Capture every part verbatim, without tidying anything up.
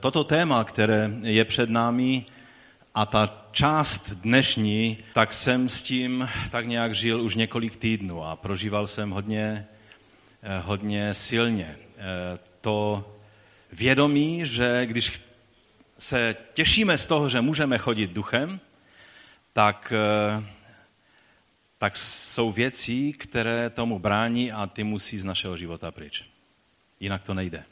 Toto téma, které je před námi a ta část dnešní, tak jsem s tím tak nějak žil už několik týdnů a prožíval jsem hodně, hodně silně to vědomí, že když se těšíme z toho, že můžeme chodit duchem, tak, tak jsou věci, které tomu brání a ty musí z našeho života pryč. Jinak to nejde.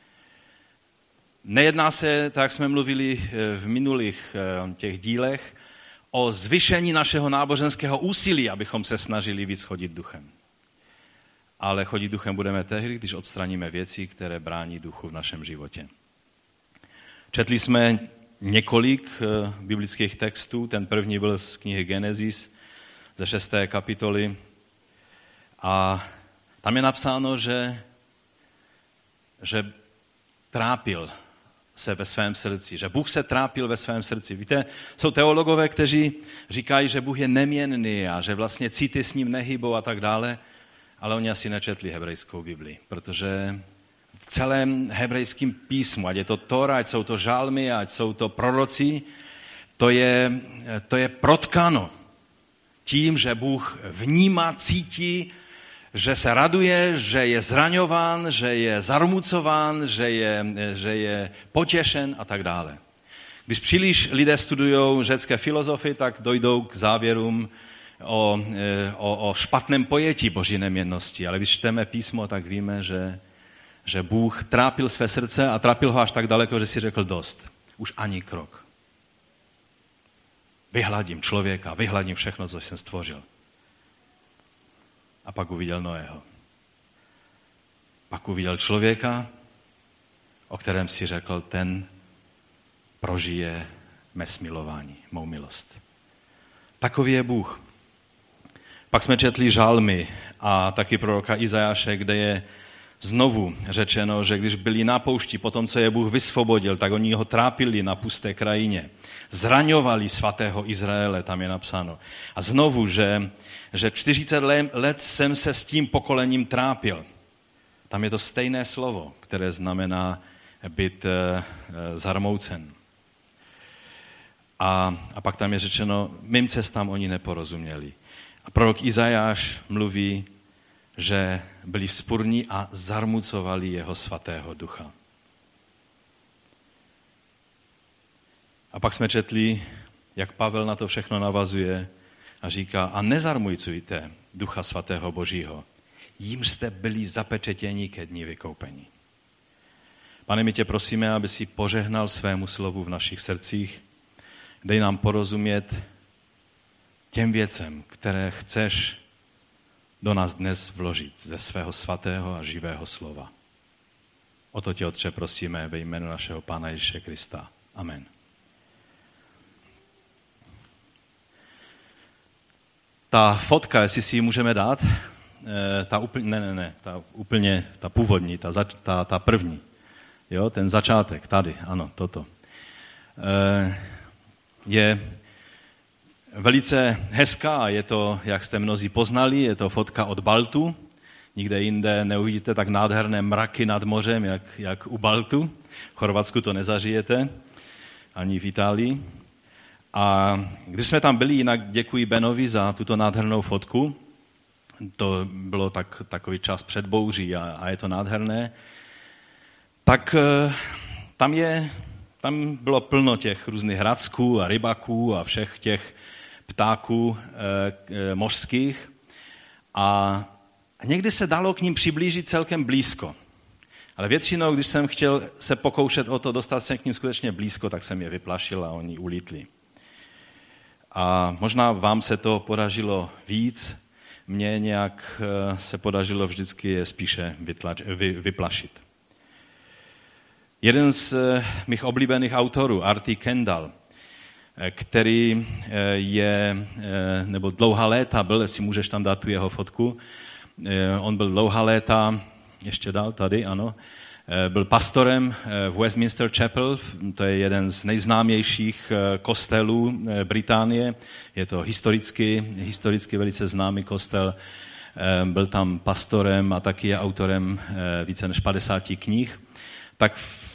Nejedná se, tak jak jsme mluvili v minulých těch dílech, o zvyšení našeho náboženského úsilí, abychom se snažili víc chodit duchem. Ale chodit duchem budeme tehdy, když odstraníme věci, které brání duchu v našem životě. Četli jsme několik biblických textů. Ten první byl z knihy Genesis, ze šesté kapitoly. A tam je napsáno, že, že trápil se ve svém srdci, že Bůh se trápil ve svém srdci. Víte, jsou teologové, kteří říkají, že Bůh je neměnný a že vlastně cíty s ním nehybou a tak dále, ale oni asi nečetli hebrejskou Bibli, protože v celém hebrejském písmu, ať je to Tora, ať jsou to žalmy, ať jsou to proroci, to je, to je protkáno tím, že Bůh vnímá, cítí, že se raduje, že je zraňován, že je zarmucován, že je, že je potěšen a tak dále. Když příliš lidé studují řecké filozofii, tak dojdou k závěrům o, o, o špatném pojetí Boží neměnnosti. Ale když čteme písmo, tak víme, že, že Bůh trápil své srdce a trápil ho až tak daleko, že si řekl dost. Už ani krok. Vyhladím člověka, vyhladím všechno, co jsem stvořil. A pak uviděl Noého. Pak uviděl člověka, o kterém si řekl, ten prožije mé smilování, mou milost. Takový je Bůh. Pak jsme četli žalmy a taky proroka Izajáše, kde je znovu řečeno, že když byli na poušti po tom, co je Bůh vysvobodil, tak oni ho trápili na pusté krajině. Zraňovali svatého Izraele, tam je napsáno. A znovu, že, že čtyřicet let jsem se s tím pokolením trápil. Tam je to stejné slovo, které znamená být e, zarmoucen. A, a pak tam je řečeno, mým cestám oni neporozuměli. A prorok Izajáš mluví, že byli vzpurní a zarmucovali jeho svatého ducha. A pak jsme četli, jak Pavel na to všechno navazuje a říká, a nezarmucujte ducha svatého Božího, jím jste byli zapečetěni ke dni vykoupení. Pane, my tě prosíme, aby si požehnal svému slovu v našich srdcích, dej nám porozumět těm věcem, které chceš do nás dnes vložit ze svého svatého a živého slova. O to tě, Otče, prosíme ve jménu našeho Pána Ježíše Krista. Amen. Ta fotka, jestli si ji můžeme dát, ta úplně, ne, ne, ne, ta úplně, ta původní, ta, zač, ta, ta první, jo, ten začátek, tady, ano, toto, je velice hezká, je to, jak jste mnozí poznali, je to fotka od Baltu. Nikde jinde neuvidíte tak nádherné mraky nad mořem, jak, jak u Baltu. V Chorvatsku to nezažijete, ani v Itálii. A když jsme tam byli, jinak děkuji Benovi za tuto nádhernou fotku. To bylo tak, takový čas před bouří a, a je to nádherné. Tak tam, je, tam bylo plno těch různých hradsků a rybaků a všech těch ptáků e, e, mořských a někdy se dalo k ním přiblížit celkem blízko. Ale většinou, když jsem chtěl se pokoušet o to, dostat se k ním skutečně blízko, tak jsem je vyplašil a oni ulítli. A možná vám se to podařilo víc, mně nějak se podařilo vždycky je spíše vytlač, vy, vyplašit. Jeden z mých oblíbených autorů, Artie Kendall, který je, nebo dlouhá léta byl, jestli můžeš tam dát tu jeho fotku, on byl dlouhá léta, ještě dál tady, ano, byl pastorem v Westminster Chapel, to je jeden z nejznámějších kostelů Británie, je to historicky, historicky velice známý kostel, byl tam pastorem a taky je autorem více než padesáti knih, tak v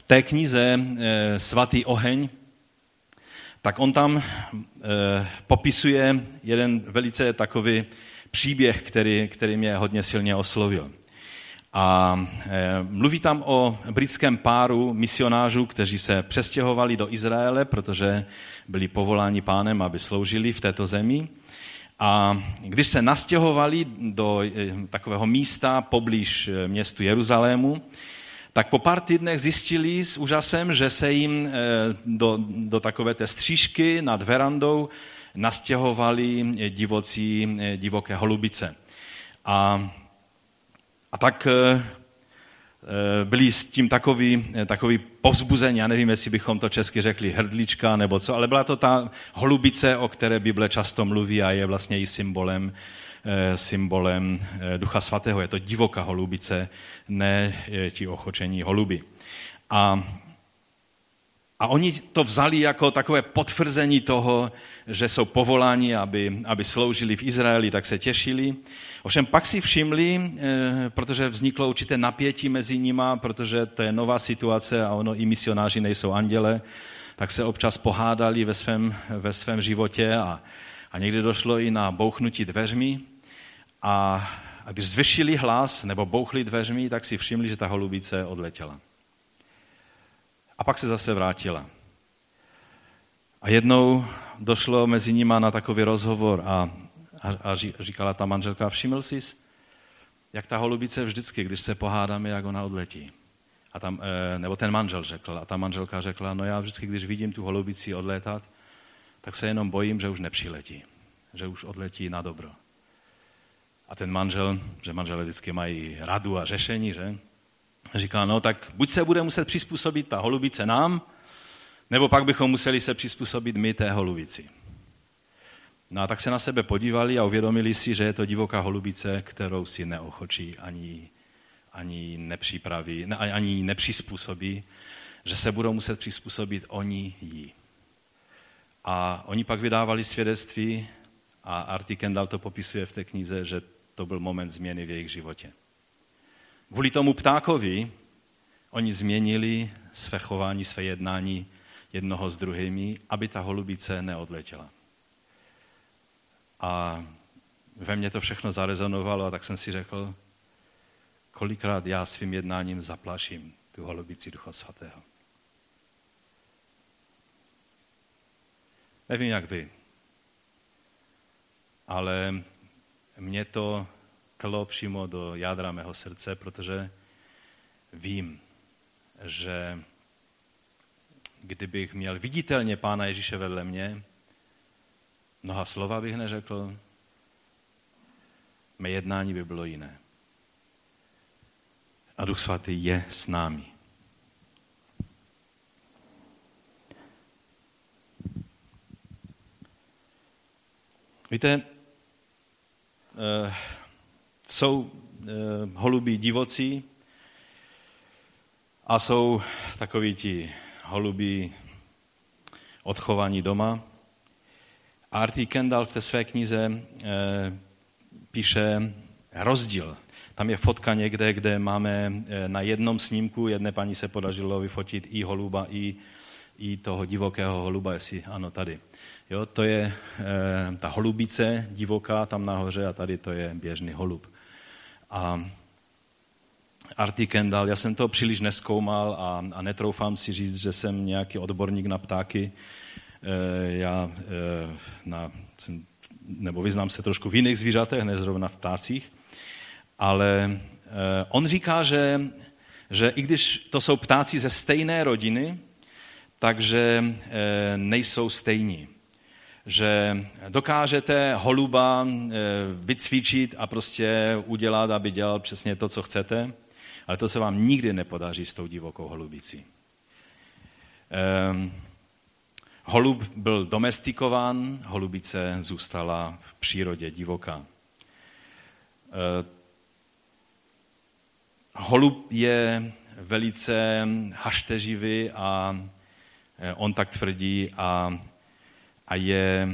té knize Svatý oheň, tak on tam popisuje jeden velice takový příběh, který, který mě hodně silně oslovil. A mluví tam o britském páru misionářů, kteří se přestěhovali do Izraele, protože byli povoláni Pánem, aby sloužili v této zemi. A když se nastěhovali do takového místa poblíž městu Jeruzalému, tak po pár týdnech zjistili s úžasem, že se jim do, do takové té střížky nad verandou nastěhovali divocí, divoké holubice. A, a tak byli s tím takový, takový povzbuzení, já nevím, jestli bychom to česky řekli hrdlička nebo co, ale byla to ta holubice, o které Bible často mluví a je vlastně i symbolem, symbolem Ducha Svatého. Je to divoká holubice, ne ti ochočení holuby. A, a oni to vzali jako takové potvrzení toho, že jsou povoláni, aby, aby sloužili v Izraeli, tak se těšili. Ovšem pak si všimli, protože vzniklo určité napětí mezi nima, protože to je nová situace a ono i misionáři nejsou anděle, tak se občas pohádali ve svém, ve svém životě a, a někdy došlo i na bouchnutí dveřmi a, a když zvyšili hlas nebo bouchli dveřmi, tak si všimli, že ta holubice odletěla. A pak se zase vrátila. A jednou došlo mezi nima na takový rozhovor a, a, a říkala ta manželka, všiml jsi, jak ta holubice vždycky, když se pohádáme, jak ona odletí. A tam, nebo ten manžel řekl, a ta manželka řekla, no já vždycky, když vidím tu holubici odlétat, tak se jenom bojím, že už nepřiletí, že už odletí na dobro. A ten manžel, že manželé vždycky mají radu a řešení, že? Říká, no tak buď se bude muset přizpůsobit ta holubice nám, nebo pak bychom museli se přizpůsobit my té holubici. No a tak se na sebe podívali a uvědomili si, že je to divoká holubice, kterou si neochočí ani, ani nepřipraví, ani nepřizpůsobí, že se budou muset přizpůsobit oni jí. A oni pak vydávali svědectví a Artie Kendall to popisuje v té knize, že to byl moment změny v jejich životě. Kvůli tomu ptákovi oni změnili své chování, své jednání jednoho s druhými, aby ta holubice neodletěla. A ve mně to všechno zarezonovalo a tak jsem si řekl, kolikrát já svým jednáním zaplaším tu holubici Ducha Svatého. Nevím, jak vy, ale mě to tlo přímo do jádra mého srdce, protože vím, že kdybych měl viditelně Pána Ježíše vedle mě, mnoha slova bych neřekl, mé jednání by bylo jiné. A Duch Svatý je s námi. Víte, jsou holubí divocí a jsou takoví ti holubí odchovaní doma. Artie Kendall v té své knize píše rozdíl. Tam je fotka někde, kde máme na jednom snímku, jedné paní se podařilo vyfotit i holuba, i, i toho divokého holuba, jestli ano, tady. Jo, to je e, ta holubice divoká tam nahoře a tady to je běžný holub. A Artie Kendall, já jsem to příliš nezkoumal a, a netroufám si říct, že jsem nějaký odborník na ptáky. E, já e, na, jsem, nebo vyznám se trošku v jiných zvířatech, než zrovna v ptácích. Ale e, on říká, že, že i když to jsou ptáci ze stejné rodiny, takže e, nejsou stejní. Že dokážete holuba vycvičit a prostě udělat, aby dělal přesně to, co chcete, ale to se vám nikdy nepodaří s tou divokou holubicí. Holub byl domestikován, holubice zůstala v přírodě divoká. Holub je velice hašteřivý a on tak tvrdí a a je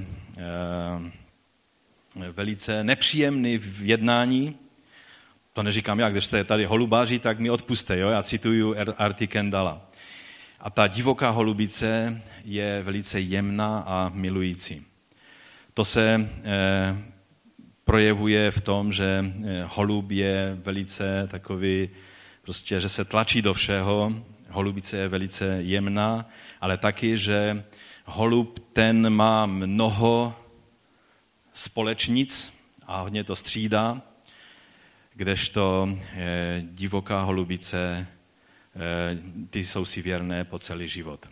e, velice nepříjemný v jednání. To neříkám já, když jste tady holubáři, tak mi odpuste, jo? Já cituju Artie Kendalla. A ta divoká holubice je velice jemná a milující. To se eh, projevuje v tom, že holub je velice takový, prostě, že se tlačí do všeho. Holubice je velice jemná, ale taky, že holub ten má mnoho společnic a hodně to střídá, kdežto eh, divoká holubice, eh, ty jsou si věrné po celý život.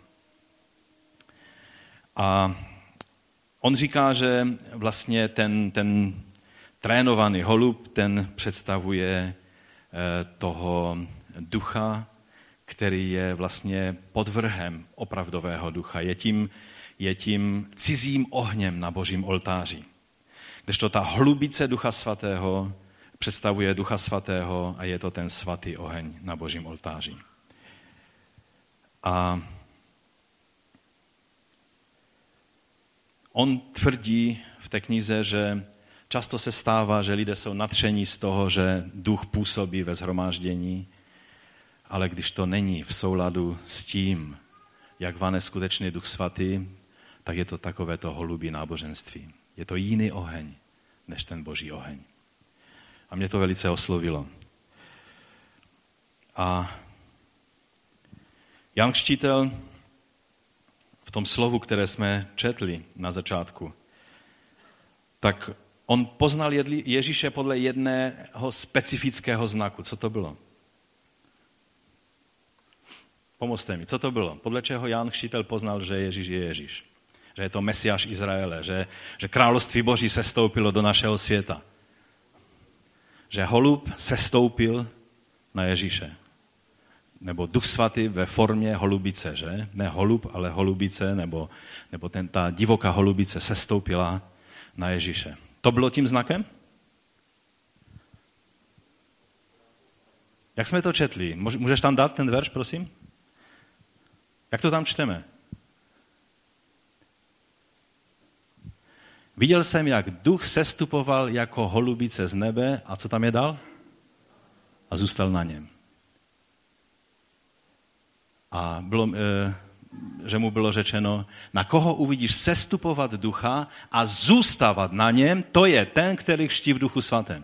A on říká, že vlastně ten, ten trénovaný holub, ten představuje eh, toho ducha, který je vlastně podvrhem opravdového ducha. Je tím, je tím cizím ohněm na božím oltáři. Kdežto ta holubice Ducha Svatého představuje Ducha Svatého a je to ten svatý oheň na božím oltáři. A on tvrdí v té knize, že často se stává, že lidé jsou nadšení z toho, že duch působí ve shromáždění, ale když to není v souladu s tím, jak vane skutečný Duch Svatý, tak je to takovéto holubí náboženství. Je to jiný oheň, než ten boží oheň. A mě to velice oslovilo. A Jan Křtitel v tom slovu, které jsme četli na začátku, tak on poznal Ježíše podle jedného specifického znaku. Co to bylo? Pomozte mi, co to bylo? Podle čeho Jan Křtitel poznal, že Ježíš je Ježíš? Že je to Mesiáš Izraele, že, že království Boží sestoupilo do našeho světa. Že holub sestoupil na Ježíše. Nebo Duch Svatý ve formě holubice, že? Ne holub, ale holubice, nebo, nebo ten, ta divoká holubice sestoupila na Ježíše. To bylo tím znakem? Jak jsme to četli? Můžeš tam dát ten verš, prosím? Jak to tam čteme? Viděl jsem, jak duch sestupoval jako holubice z nebe a co tam je dal? A zůstal na něm. A bylo, že mu bylo řečeno, na koho uvidíš sestupovat ducha a zůstávat na něm, to je ten, který křtí v Duchu Svatém.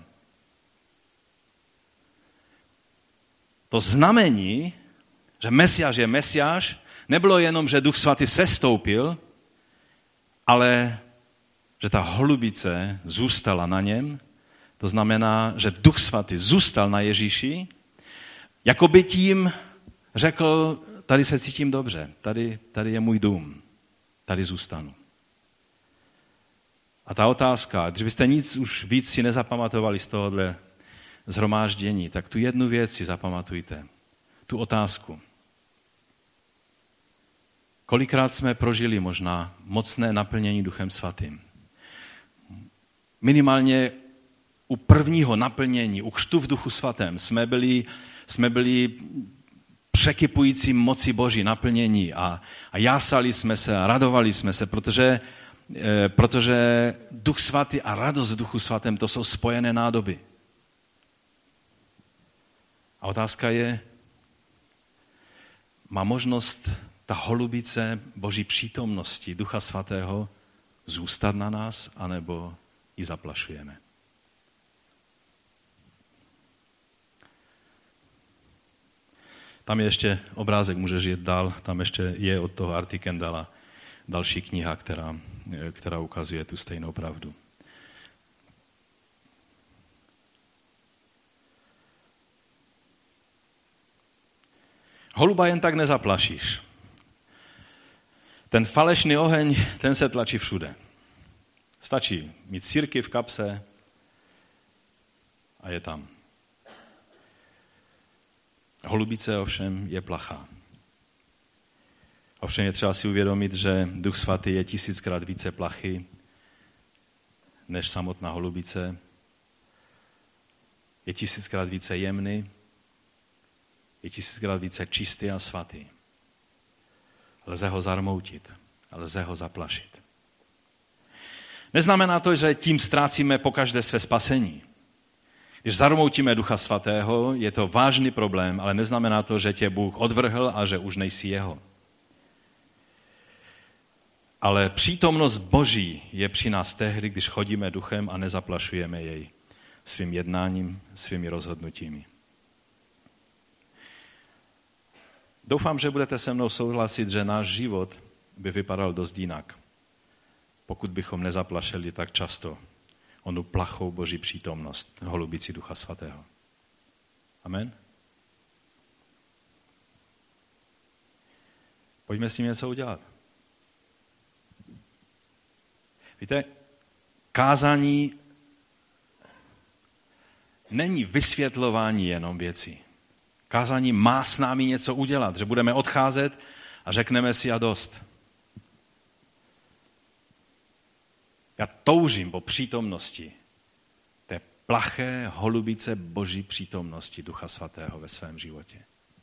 To znamení, že Mesiáš je Mesiáš, nebylo jenom, že Duch Svatý sestoupil, ale že ta holubice zůstala na něm. To znamená, že Duch Svatý zůstal na Ježíši, jako by tím řekl, tady se cítím dobře, tady, tady je můj dům, tady zůstanu. A ta otázka, když byste nic už víc si nezapamatovali z tohohle shromáždění, tak tu jednu věc si zapamatujte, tu otázku. Kolikrát jsme prožili možná mocné naplnění Duchem Svatým? Minimálně u prvního naplnění, u křtu v Duchu Svatém, jsme byli, jsme byli překypující moci Boží naplnění a, a jásali jsme se a radovali jsme se, protože, eh, protože Duch Svatý a radost v Duchu Svatém, to jsou spojené nádoby. A otázka je, má možnost ta holubice Boží přítomnosti Ducha Svatého zůstat na nás, anebo ji zaplašujeme? Tam je ještě obrázek, můžeš jít dál, tam ještě je od toho Arty Kendalla další kniha, která, která ukazuje tu stejnou pravdu. Holuba jen tak nezaplašíš. Ten falešný oheň, ten se tlačí všude. Stačí mít sýrky v kapse a je tam. Holubice ovšem je plachá. Ovšem je třeba si uvědomit, že Duch Svatý je tisíckrát více plachy než samotná holubice. Je tisíckrát více jemný, je tisíckrát více čistý a svatý. Lze ho zarmoutit, lze ho zaplašit. Neznamená to, že tím ztrácíme pokaždé své spasení. Když zarmoutíme Ducha Svatého, je to vážný problém, ale neznamená to, že tě Bůh odvrhl a že už nejsi jeho. Ale přítomnost Boží je při nás tehdy, když chodíme duchem a nezaplašujeme jej svým jednáním, svými rozhodnutími. Doufám, že budete se mnou souhlasit, že náš život by vypadal dost jinak, pokud bychom nezaplašili tak často onu plachou Boží přítomnost, holubici Ducha Svatého. Amen? Pojďme s tím něco udělat. Víte, kázání není vysvětlování jenom věcí. Kázání má s námi něco udělat, že budeme odcházet a řekneme si a dost. Já toužím po přítomnosti té plaché holubice Boží přítomnosti Ducha Svatého ve svém životě.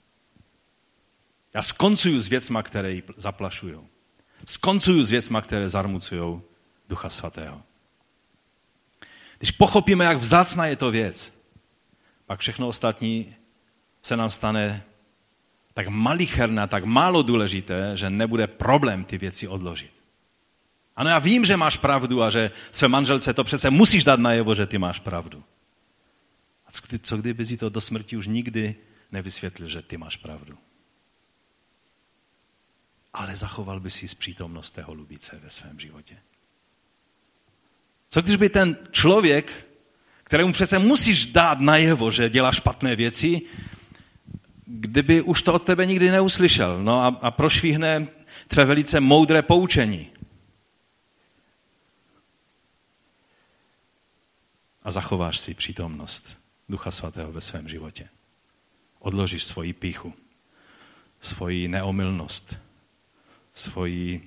Já skoncuju s věcma, které ji zaplašují. Skoncuju s věcma, které zarmucují Ducha Svatého. Když pochopíme, jak vzácná je to věc, pak všechno ostatní se nám stane tak malicherné, tak málo důležité, že nebude problém ty věci odložit. Ano, já vím, že máš pravdu a že své manželce to přece musíš dát najevo, že ty máš pravdu. A co kdyby si to do smrti už nikdy nevysvětlil, že ty máš pravdu? Ale zachoval by si přítomnost té holubice ve svém životě. Co když by ten člověk, kterému přece musíš dát najevo, že dělá špatné věci, kdyby už to od tebe nikdy neuslyšel, no a, a prošvihne tvé velice moudré poučení. A zachováš si přítomnost Ducha Svatého ve svém životě. Odložíš svoji pýchu, svoji neomylnost, svoji,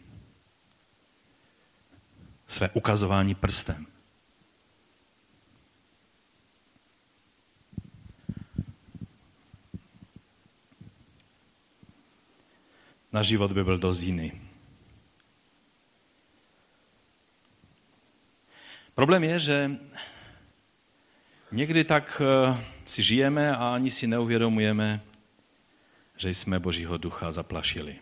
své ukazování prstem. Náš život by byl dost jiný. Problém je, že někdy tak si žijeme a ani si neuvědomujeme, že jsme Božího ducha zaplašili.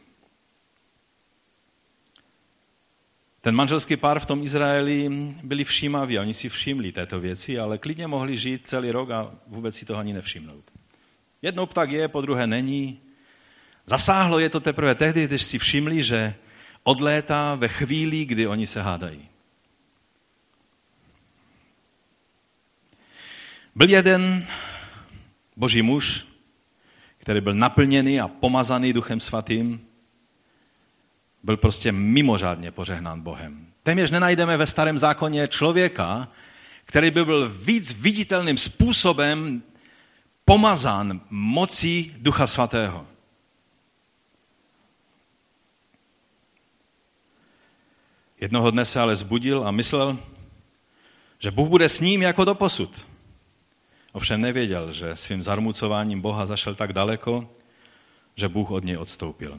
Ten manželský pár v tom Izraeli byli všímaví, oni si všimli této věci, ale klidně mohli žít celý rok a vůbec si toho ani nevšimnout. Jednou tak je, po druhé není. Zasáhlo je to teprve tehdy, když si všimli, že odlétá ve chvíli, kdy oni se hádají. Byl jeden Boží muž, který byl naplněný a pomazaný Duchem Svatým, byl prostě mimořádně požehnán Bohem. Téměř nenajdeme ve Starém zákoně člověka, který by byl víc viditelným způsobem pomazán mocí Ducha Svatého. Jednoho dne se ale zbudil a myslel, že Bůh bude s ním jako doposud. Ovšem nevěděl, že svým zarmucováním Boha zašel tak daleko, že Bůh od něj odstoupil.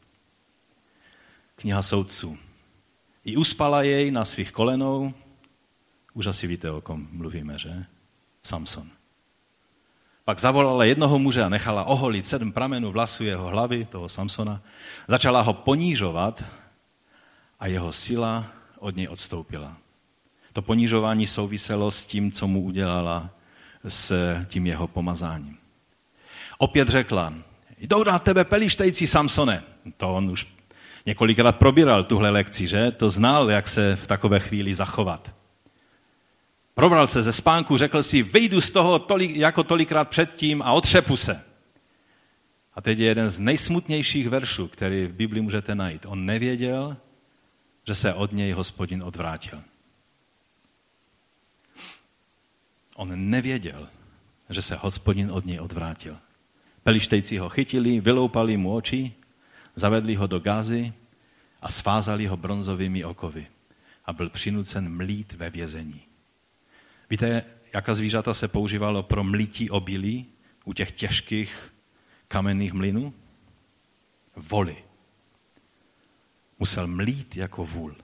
Kniha Soudců. I uspala jej na svých kolenou, už asi víte, o kom mluvíme, že? Samson. Pak zavolala jednoho muže a nechala oholit sedm pramenů vlasu jeho hlavy, toho Samsona. Začala ho ponížovat a jeho sila od něj odstoupila. To ponížování souviselo s tím, co mu udělala s tím jeho pomazáním. Opět řekla, jdou na tebe pelištejci, Samsone. To on už několikrát probíral tuhle lekci, že? To znal, jak se v takové chvíli zachovat. Probral se ze spánku, řekl si, vyjdu z toho tolik, jako tolikrát předtím a otřepu se. A teď je jeden z nejsmutnějších veršů, který v Biblii můžete najít. On nevěděl, že se od něj Hospodin odvrátil. On nevěděl, že se Hospodin od něj odvrátil. Pelištejci ho chytili, vyloupali mu oči, zavedli ho do Gázy a svázali ho bronzovými okovy a byl přinucen mlít ve vězení. Víte, jaká zvířata se používalo pro mlítí obilí u těch těžkých kamenných mlynů? Voly. Musel mlít jako vůl.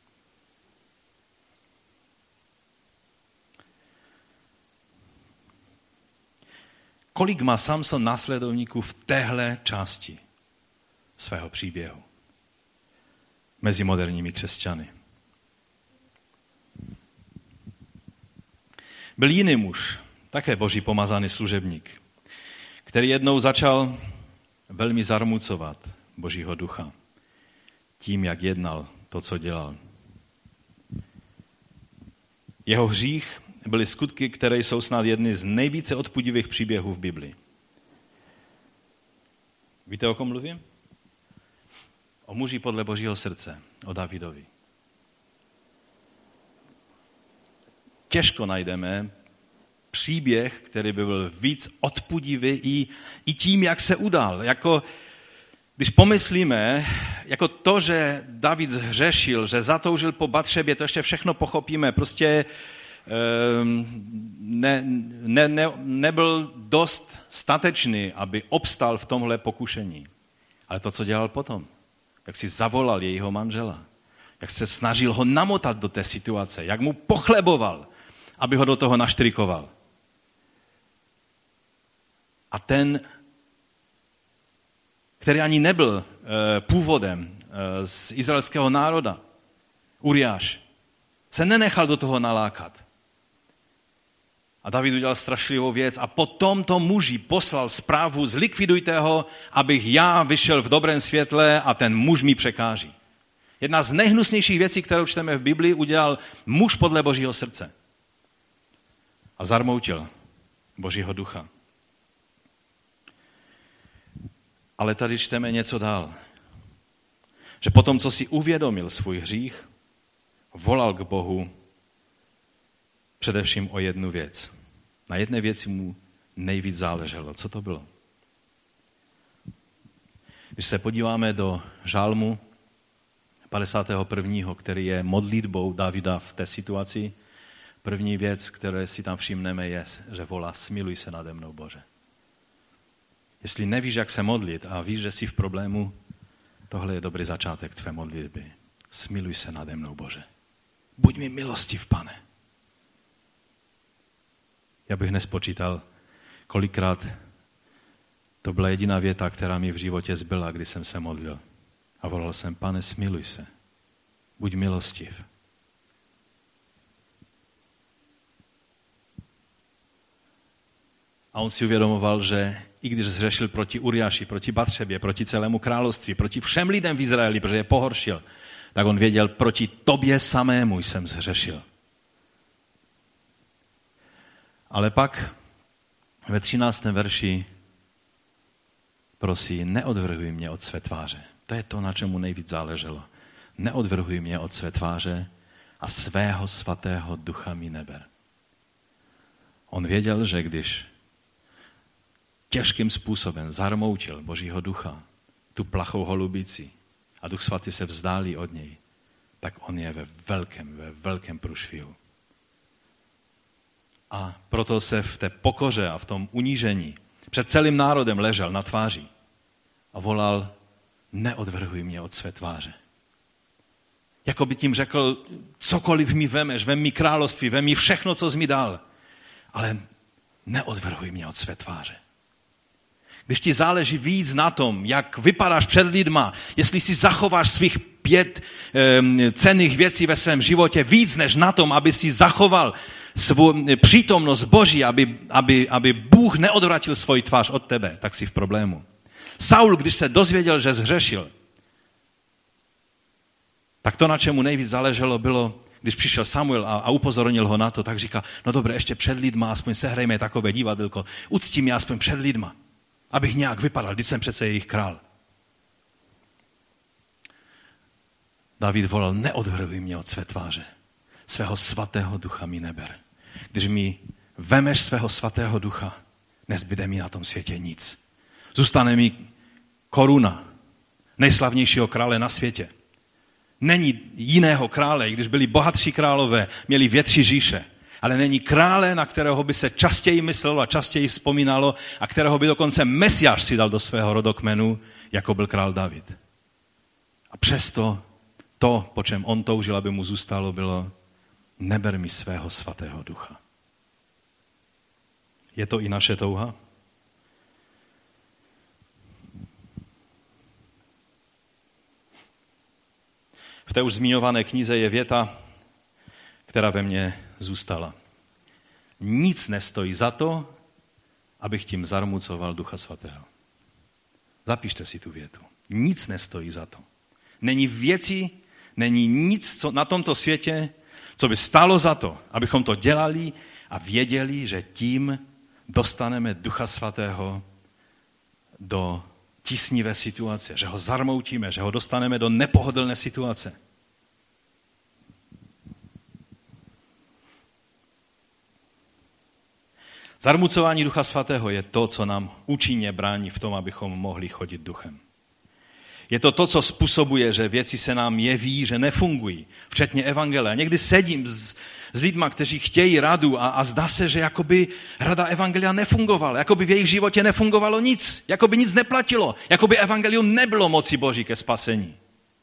Kolik má Samson následovníků v téhle části svého příběhu? mezi moderními křesťany. Byl jiný muž, také boží pomazaný služebník, který jednou začal velmi zarmucovat Božího ducha tím, jak jednal to, co dělal. Jeho hřích byly skutky, které jsou snad jedny z nejvíce odpudivých příběhů v Biblii. Víte, o kom mluvím? O muži podle Božího srdce, o Davidovi. Těžko najdeme příběh, který by byl víc odpudivý i, i tím, jak se udal. Jako, když pomyslíme, jako to, že David zhřešil, že zatoužil po Batšebě, to ještě všechno pochopíme. Prostě ne, ne, ne, nebyl dost statečný, aby obstal v tomhle pokušení. Ale to, co dělal potom, jak si zavolal jejího manžela, jak se snažil ho namotat do té situace, jak mu pochleboval, aby ho do toho naštrikoval. A ten, který ani nebyl e, původem e, z izraelského národa, Uriáš, se nenechal do toho nalákat. A David udělal strašlivou věc a po tomto muži poslal zprávu, zlikvidujte ho, abych já vyšel v dobrém světle a ten muž mi překáží. Jedna z nejhnusnějších věcí, kterou čteme v Biblii, udělal muž podle Božího srdce. A zarmoutil Božího ducha. Ale tady čteme něco dál. Že potom, co si uvědomil svůj hřích, volal k Bohu především o jednu věc. Na jedné věci mu nejvíc záleželo. Co to bylo? Když se podíváme do žálmu padesátého prvního, který je modlitbou Davida v té situaci, první věc, kterou si tam všimneme, je, že volá, smiluj se nade mnou, Bože. Jestli nevíš, jak se modlit a víš, že jsi v problému, tohle je dobrý začátek tvé modlitby. Smiluj se nade mnou, Bože. Buď mi milostiv, Pane. Já bych nespočítal, kolikrát to byla jediná věta, která mi v životě zbyla, když jsem se modlil. A volal jsem, Pane, smiluj se. Buď milostiv. A on si uvědomoval, že i když zřešil proti Uriáši, proti Batšebě, proti celému království, proti všem lidem v Izraeli, protože je pohoršil, tak on věděl, proti tobě samému jsem zhřešil. Ale pak ve třináctém verši prosí, neodvrhuj mě od své tváře. To je to, na čemu nejvíc záleželo. Neodvrhuj mě od své tváře a svého svatého ducha mi neber. On věděl, že když těžkým způsobem zarmoutil Božího ducha, tu plachou holubici, a Duch Svatý se vzdálí od něj, tak on je ve velkém, ve velkém průšvihu. A proto se v té pokoře a v tom unížení před celým národem ležel na tváři a volal, neodvrhuj mě od své tváře. Jako by tím řekl, cokoliv mi vemeš, vem mi království, vem mi všechno, co jsi mi dal, ale neodvrhuj mě od své tváře. Když ti záleží víc na tom, jak vypadáš před lidma, jestli si zachováš svých pět e, cenných věcí ve svém životě víc než na tom, aby si zachoval svou přítomnost Boží, aby, aby, aby Bůh neodvratil svoji tvář od tebe, tak jsi v problému. Saul, když se dozvěděl, že zhřešil, tak to, na čemu nejvíc záleželo, bylo, když přišel Samuel a, a upozornil ho na to, tak říká, no dobré, ještě před lidma, aspoň sehrejme takové divadelko, uctí mě aspoň před lidma, abych nějak vypadal, když jsem přece jejich král. David volal, neodvrhuj mě od své tváře, svého svatého ducha mi neber. Když mi vemeš svého svatého ducha, nezbyde mi na tom světě nic. Zůstane mi koruna nejslavnějšího krále na světě. Není jiného krále, i když byli bohatší králové, měli větší říše, ale není krále, na kterého by se častěji myslelo a častěji vzpomínalo a kterého by dokonce Mesiáš si dal do svého rodokmenu, jako byl král David. A přesto to, po čem on toužil, aby mu zůstalo, bylo neber mi svého svatého ducha. Je to i naše touha? V té už zmiňované knize je věta, která ve mně zůstala. Nic nestojí za to, abych tím zarmucoval Ducha Svatého. Zapište si tu větu. Nic nestojí za to. Není věci, není nic co na tomto světě, co by stálo za to, abychom to dělali a věděli, že tím dostaneme Ducha Svatého do tísnivé situace, že ho zarmoutíme, že ho dostaneme do nepohodlné situace. Zarmucování Ducha Svatého je to, co nám účinně brání v tom, abychom mohli chodit duchem. Je to to, co způsobuje, že věci se nám jeví, že nefungují, včetně evangelia. Někdy sedím s, s lidma, kteří chtějí radu a, a zdá se, že jakoby rada evangelia nefungovala, jakoby v jejich životě nefungovalo nic, jakoby nic neplatilo, jakoby evangelium nebylo moci Boží ke spasení.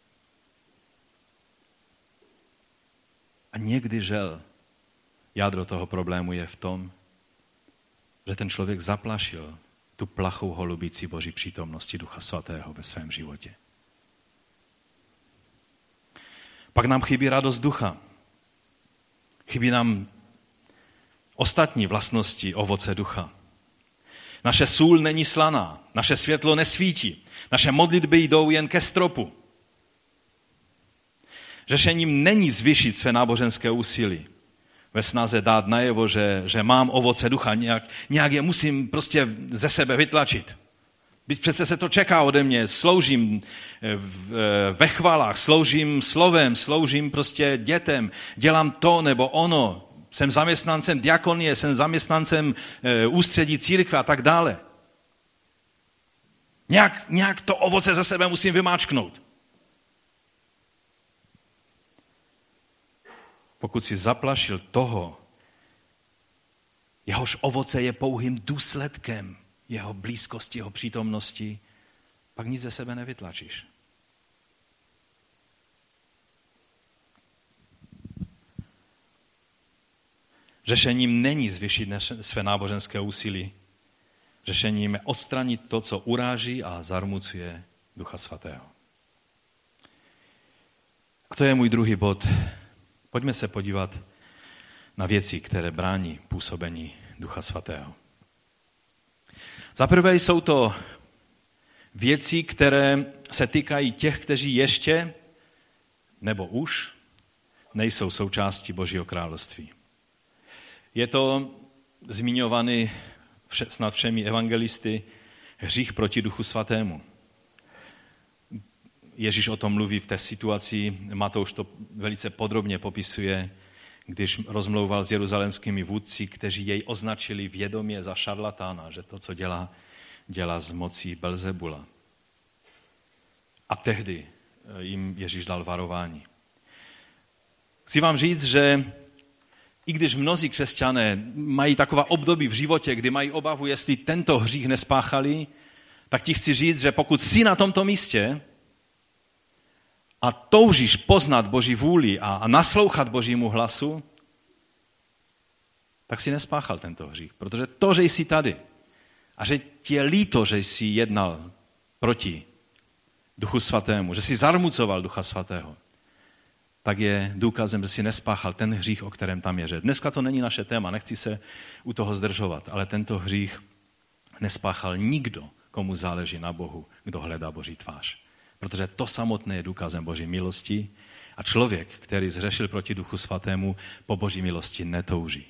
A někdy, žel, jádro toho problému je v tom, že ten člověk zaplašil tu plachou holubící Boží přítomnosti Ducha Svatého ve svém životě. Pak nám chybí radost ducha. Chybí nám ostatní vlastnosti ovoce ducha. Naše sůl není slaná, naše světlo nesvítí, naše modlitby jdou jen ke stropu. Řešením není zvýšit své náboženské úsilí, ve snaze dát najevo, že, že mám ovoce ducha, nějak, nějak je musím prostě ze sebe vytlačit. Byť přece se to čeká ode mě, sloužím v, ve chvalách, sloužím slovem, sloužím prostě dětem, dělám to nebo ono, jsem zaměstnancem diakonie, jsem zaměstnancem ústředí církve a tak dále. Nějak, nějak to ovoce ze sebe musím vymáčknout. Pokud si zaplašil toho, jehož ovoce je pouhým důsledkem jeho blízkosti, jeho přítomnosti, pak nic ze sebe nevytlačíš. Řešením není zvyšit své náboženské úsilí. Řešením je odstranit to, co uráží a zarmucuje Ducha Svatého. A to je můj druhý bod. Pojďme se podívat na věci, které brání působení Ducha Svatého. Za prvé jsou to věci, které se týkají těch, kteří ještě nebo už nejsou součástí Božího království. Je to zmiňovaný snad všemi evangelisty hřích proti Duchu Svatému. Ježíš o tom mluví v té situaci, Matouš to velice podrobně popisuje, když rozmlouval s jeruzalémskými vůdci, kteří jej označili vědomě za šarlatána, že to, co dělá, dělá z mocí Belzebula. A tehdy jim Ježíš dal varování. Chci vám říct, že i když mnozí křesťané mají taková období v životě, kdy mají obavu, jestli tento hřích nespáchali, tak ti chci říct, že pokud jsi na tomto místě a toužíš poznat Boží vůli a, a naslouchat Božímu hlasu, tak si nespáchal tento hřích. Protože to, že jsi tady a že ti je líto, že jsi jednal proti Duchu Svatému, že jsi zarmucoval Ducha Svatého, tak je důkazem, že jsi nespáchal ten hřích, o kterém tam je řeč. Dneska to není naše téma, nechci se u toho zdržovat, ale tento hřích nespáchal nikdo, komu záleží na Bohu, kdo hledá Boží tvář. Protože to samotné je důkazem Boží milosti a člověk, který zřešil proti Duchu Svatému, po Boží milosti netouží.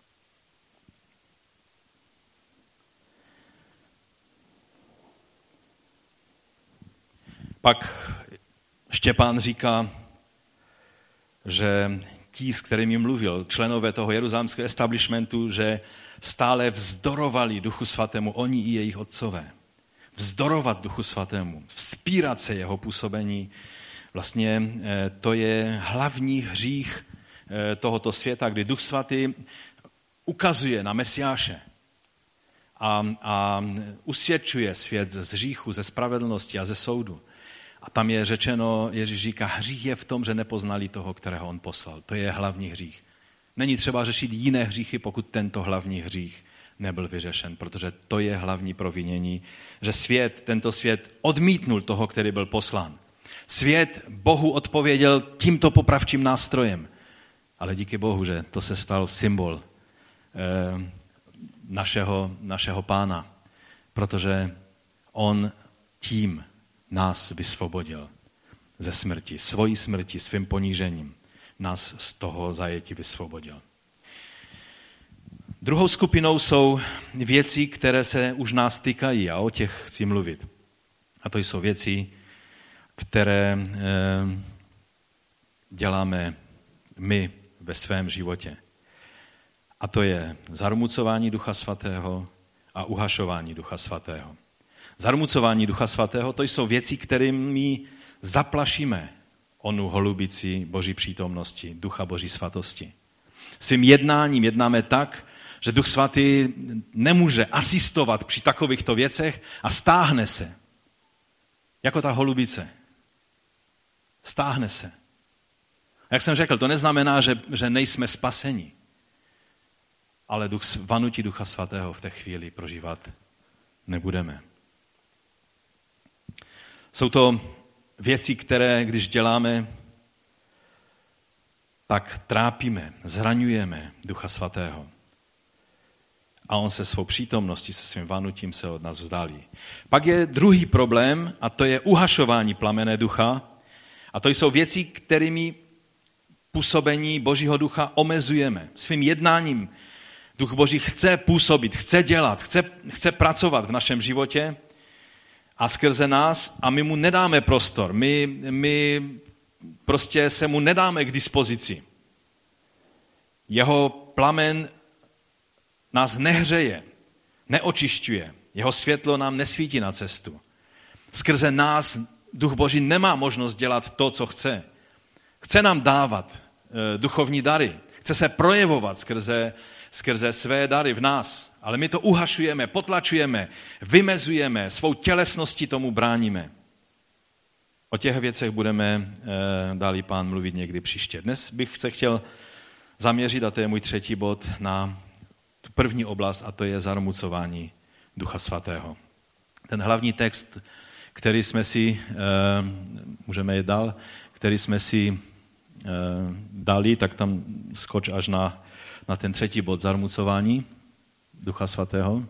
Pak Štěpán říká, že ti, s kterými mluvil, členové toho jeruzalémského establishmentu, že stále vzdorovali Duchu Svatému, oni i jejich otcové. Vzdorovat Duchu Svatému, vzpírat se jeho působení, vlastně to je hlavní hřích tohoto světa, kdy Duch Svatý ukazuje na Mesiáše a, a usvědčuje svět z hříchu, ze spravedlnosti a ze soudu. A tam je řečeno, Ježíš říká, hřích je v tom, že nepoznali toho, kterého on poslal. To je hlavní hřích. Není třeba řešit jiné hříchy, pokud tento hlavní hřích nebyl vyřešen, protože to je hlavní provinění, že svět, tento svět odmítnul toho, který byl poslán. Svět Bohu odpověděl tímto popravčím nástrojem. Ale díky Bohu, že to se stal symbol eh, našeho, našeho Pána, protože on tím nás vysvobodil ze smrti, svojí smrti, svým ponížením nás z toho zajetí vysvobodil. Druhou skupinou jsou věci, které se už nás týkají a o těch chci mluvit. A to jsou věci, které eh, děláme my ve svém životě. A to je zarmucování Ducha Svatého a uhašování Ducha Svatého. Zarmucování Ducha Svatého, to jsou věci, kterými zaplašíme onu holubici Boží přítomnosti, Ducha Boží svatosti. Svým jednáním jednáme tak, že Duch Svatý nemůže asistovat při takovýchto věcech a stáhne se. Jako ta holubice. Stáhne se. A jak jsem řekl, to neznamená, že, že nejsme spaseni. Ale duch, vanutí Ducha Svatého v té chvíli prožívat nebudeme. Jsou to věci, které, když děláme, tak trápíme, zraňujeme Ducha Svatého. A on se svou přítomností, se svým vanutím se od nás vzdálí. Pak je druhý problém a to je uhašování plamene ducha. A to jsou věci, kterými působení Božího ducha omezujeme. Svým jednáním Duch Boží chce působit, chce dělat, chce, chce pracovat v našem životě a skrze nás a my mu nedáme prostor. My, my prostě se mu nedáme k dispozici. Jeho plamen nás nehřeje, neočišťuje. Jeho světlo nám nesvítí na cestu. Skrze nás Duch Boží nemá možnost dělat to, co chce. Chce nám dávat e, duchovní dary. Chce se projevovat skrze, skrze své dary v nás. Ale my to uhašujeme, potlačujeme, vymezujeme, svou tělesností tomu bráníme. O těch věcech budeme, e, dálí Pán, mluvit někdy příště. Dnes bych se chtěl zaměřit, a to je můj třetí bod, na tu první oblast, a to je zarmucování Ducha Svatého. Ten hlavní text, který jsme si, e, můžeme jít dál, který jsme si e, dali, tak tam skoč až na, na ten třetí bod, zarmucování Ducha Svatého.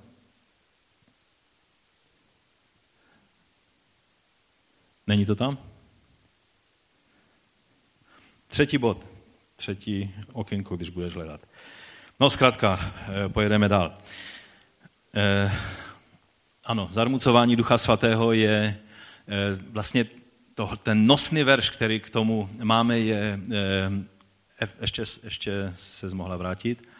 Není to tam? Třetí bod, třetí okénko, když budeš hledat. No zkrátka, pojedeme dál. E, ano, zarmucování Ducha Svatého je e, vlastně to, ten nosný verš, který k tomu máme, je, e, ještě, ještě se mohla vrátit.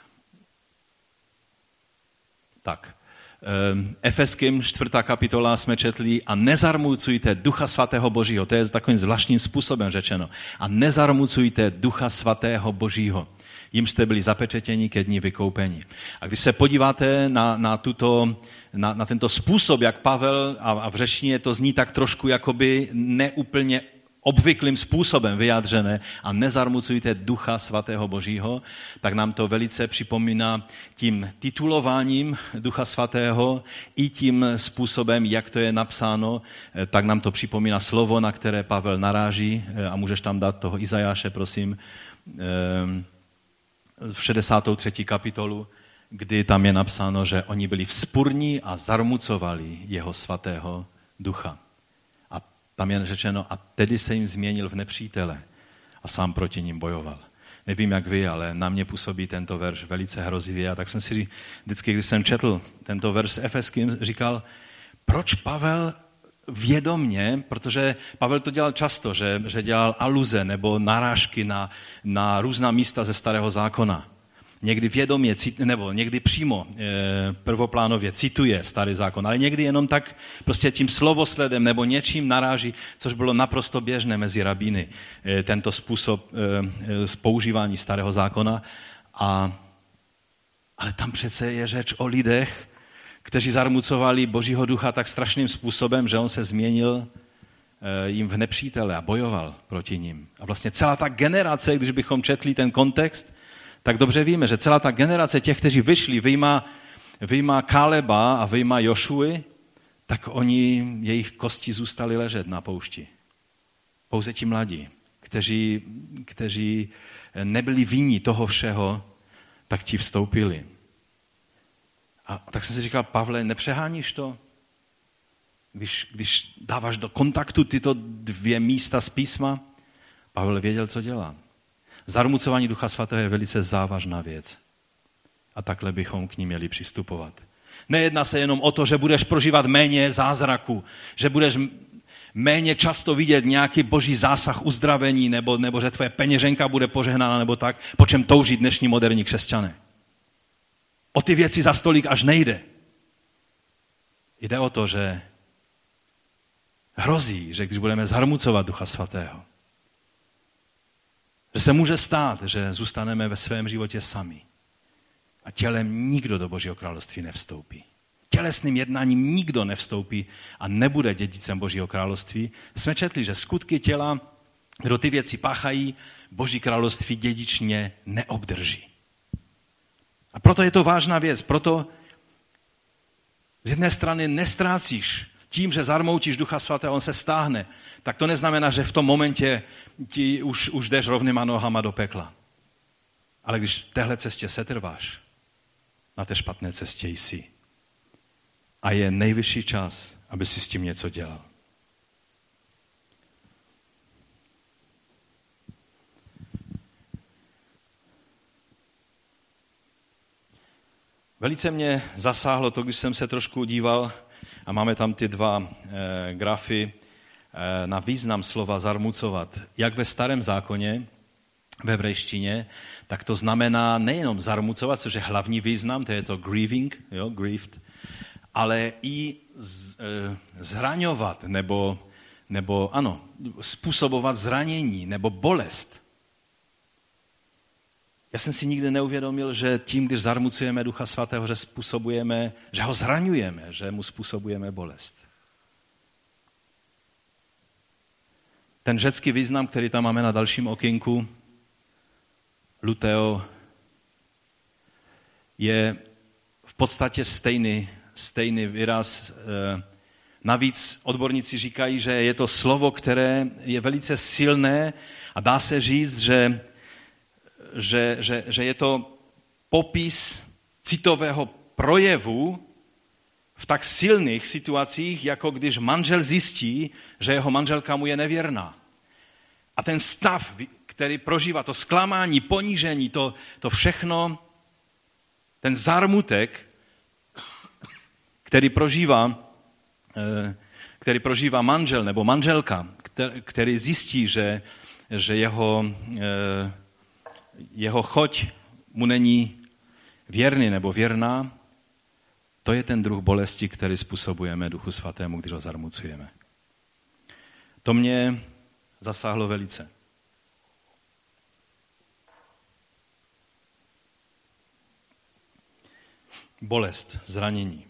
Tak, e, Efeským čtvrtá kapitola jsme četli a nezarmucujte Ducha Svatého Božího, to je takovým zvláštním způsobem řečeno. A nezarmucujte Ducha Svatého Božího. Jim jste byli zapečetěni ke dní vykoupení. A když se podíváte na, na, tuto, na, na tento způsob, jak Pavel, a, a v řečtině to zní tak trošku jakoby neúplně obvyklým způsobem vyjádřené, a nezarmucujte Ducha Svatého Božího, tak nám to velice připomíná tím titulováním Ducha Svatého i tím způsobem, jak to je napsáno, tak nám to připomíná slovo, na které Pavel naráží, a můžeš tam dát toho Izajáše, prosím, v šedesátou třetí kapitolu, kdy tam je napsáno, že oni byli vzpurní a zarmucovali jeho svatého ducha. A tam je řečeno, a tedy se jim změnil v nepřítele a sám proti ním bojoval. Nevím, jak vy, ale na mě působí tento verš velice hrozivě. A tak jsem si vždycky, když jsem četl tento verš s Efeským, říkal, proč Pavel vědomně, protože Pavel to dělal často, že, že dělal aluze nebo narážky na, na různá místa ze Starého zákona. Někdy vědomě, nebo někdy přímo e, prvoplánově cituje Starý zákon, ale někdy jenom tak prostě tím slovosledem nebo něčím naráží, což bylo naprosto běžné mezi rabíny, e, tento způsob e, používání Starého zákona. A, ale tam přece je řeč o lidech, kteří zarmucovali Božího ducha tak strašným způsobem, že on se změnil jim v nepřítele a bojoval proti nim. A vlastně celá ta generace, když bychom četli ten kontext, tak dobře víme, že celá ta generace těch, kteří vyšli, vyjma, vyjma Káleba a vyjma Jošuy, tak oni, jejich kosti zůstaly ležet na poušti. Pouze ti mladí, kteří, kteří nebyli vinni toho všeho, tak ti vstoupili. A tak jsem si říkal, Pavle, nepřeháníš to? Když, když dáváš do kontaktu tyto dvě místa z písma, Pavel věděl, co dělá. Zarmucování Ducha Svatého je velice závažná věc. A takhle bychom k ní měli přistupovat. Nejedná se jenom o to, že budeš prožívat méně zázraku, že budeš méně často vidět nějaký boží zásah uzdravení, nebo, nebo že tvoje peněženka bude požehnána, nebo tak, po čem touží dnešní moderní křesťané. O ty věci za stolik až nejde. Jde o to, že hrozí, že když budeme zharmucovat Ducha Svatého, že se může stát, že zůstaneme ve svém životě sami. A tělem nikdo do Božího království nevstoupí. Tělesným jednáním nikdo nevstoupí a nebude dědicem Božího království. Jsme četli, že skutky těla, kdo ty věci páchají, Boží království dědičně neobdrží. A proto je to vážná věc. Proto z jedné strany nestrácíš tím, že zarmoutíš Ducha Svatého, on se stáhne. Tak to neznamená, že v tom momentě ti už, už jdeš rovnýma nohama do pekla. Ale když v téhle cestě setrváš, na té špatné cestě jsi. A je nejvyšší čas, aby si s tím něco dělal. Velice mě zasáhlo to, když jsem se trošku díval, a máme tam ty dva e, grafy e, na význam slova zarmucovat. Jak ve Starém zákoně, ve hebrejštině, tak to znamená nejenom zarmucovat, což je hlavní význam, to je to grieving, jo, grieved, ale i z, e, zraňovat, nebo, nebo ano, způsobovat zranění, nebo bolest. Já jsem si nikdy neuvědomil, že tím, když zarmucujeme Ducha Svatého, že způsobujeme, že ho zraňujeme, že mu způsobujeme bolest. Ten řecký význam, který tam máme na dalším okýnku, luteo, je v podstatě stejný, stejný výraz. Navíc odborníci říkají, že je to slovo, které je velice silné a dá se říct, že Že, že, že je to popis citového projevu v tak silných situacích, jako když manžel zjistí, že jeho manželka mu je nevěrná. A ten stav, který prožívá, to zklamání, ponížení, to, to všechno, ten zármutek, který prožívá, který prožívá manžel nebo manželka, který zjistí, že, že jeho jeho choť mu není věrný nebo věrná, to je ten druh bolesti, který způsobujeme Duchu Svatému, když ho zarmucujeme. To mě zasáhlo velice. Bolest, zranění.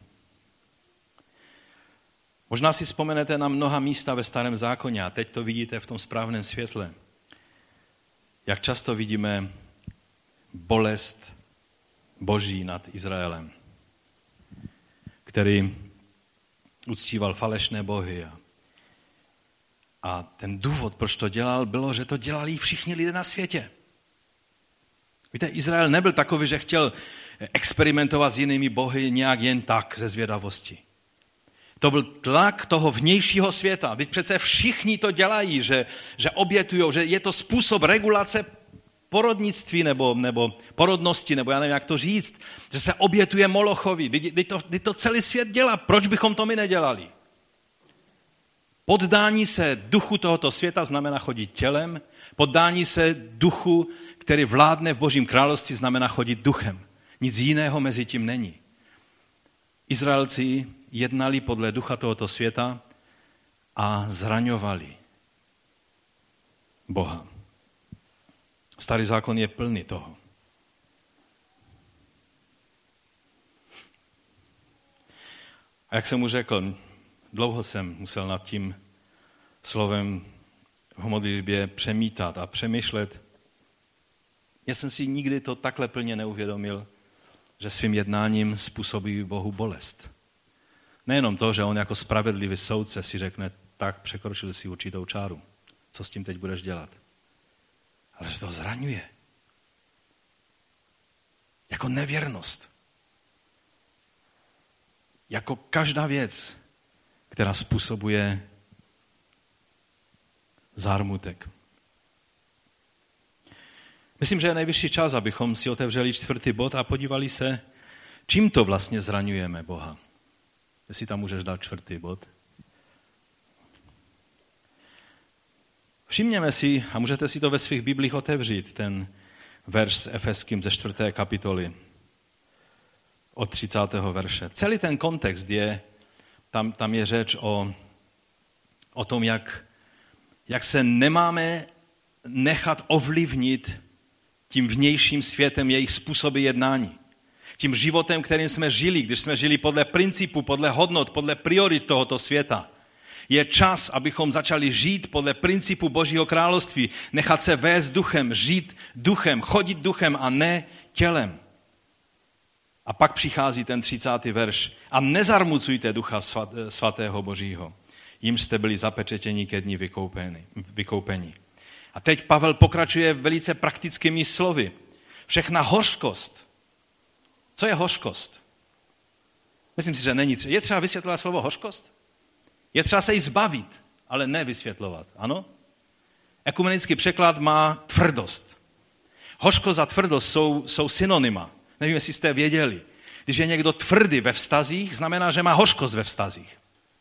Možná si vzpomenete na mnoha místa ve Starém zákoně a teď to vidíte v tom správném světle. Jak často vidíme bolest Boží nad Izraelem, který uctíval falešné bohy. A ten důvod, proč to dělal, bylo, že to dělali všichni lidé na světě. Víte, Izrael nebyl takový, že chtěl experimentovat s jinými bohy nějak jen tak ze zvědavosti. To byl tlak toho vnějšího světa. Teď přece všichni to dělají, že, že obětujou, že je to způsob regulace porodnictví nebo, nebo porodnosti, nebo já nevím, jak to říct, že se obětuje Molochovi. Teď to, to celý svět dělá. Proč bychom to my nedělali? Poddání se duchu tohoto světa znamená chodit tělem. Poddání se duchu, který vládne v Božím království, znamená chodit duchem. Nic jiného mezi tím není. Izraelci jednali podle ducha tohoto světa a zraňovali Boha. Starý zákon je plný toho. A jak jsem mu řekl, dlouho jsem musel nad tím slovem v modlitbě přemítat a přemýšlet. Já jsem si nikdy to takhle plně neuvědomil, že svým jednáním způsobí Bohu bolest. Nejenom to, že on jako spravedlivý soudce si řekne, tak překročil si určitou čáru. co s tím teď budeš dělat. Ale že to zraňuje. Jako nevěrnost. Jako každá věc, která způsobuje zármutek. Myslím, že je nejvyšší čas, abychom si otevřeli čtvrtý bod a podívali se, čím to vlastně zraňujeme Boha. Jestli tam můžeš dát čtvrtý bod. Všimněme si, a můžete si to ve svých biblích otevřít, ten verš s Efeským ze čtvrté kapitoly od třicátého verše. Celý ten kontext je, tam, tam je řeč o, o tom, jak, jak se nemáme nechat ovlivnit tím vnějším světem jejich způsoby jednání. Tím životem, kterým jsme žili, když jsme žili podle principů, podle hodnot, podle priorit tohoto světa. Je čas, abychom začali žít podle principu Božího království, nechat se vést duchem, žít duchem, chodit duchem a ne tělem. A pak přichází ten třicátý verš. A nezarmucujte ducha svatého Božího, jimž jste byli zapečetěni ke dni vykoupení. A teď Pavel pokračuje velice praktickými slovy. Všechna hořkost. Co je hořkost? Myslím si, že není třeba. Je třeba vysvětlovat slovo hořkost? Je třeba se jí zbavit, ale ne vysvětlovat. Ano? Ekumenický překlad má tvrdost. Hořkost a tvrdost jsou, jsou synonyma. Nevím, jestli jste věděli. Když je někdo tvrdý ve vztazích, znamená, že má hořkost ve vztazích.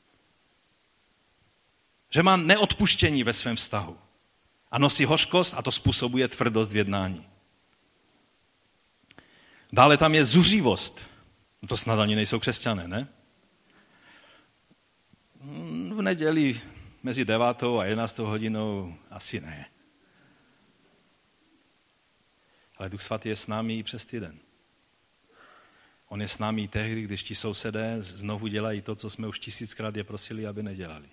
Že má neodpuštění ve svém vztahu. A nosí hořkost a to způsobuje tvrdost v jednání. Dále tam je zuřivost. To snad ani nejsou křesťané, ne? V neděli mezi devátou a jedenáctou hodinou asi ne. Ale Duch Svatý je s námi i přes týden. On je s námi i tehdy, když ti sousedé znovu dělají to, co jsme už tisíckrát je prosili, aby nedělali.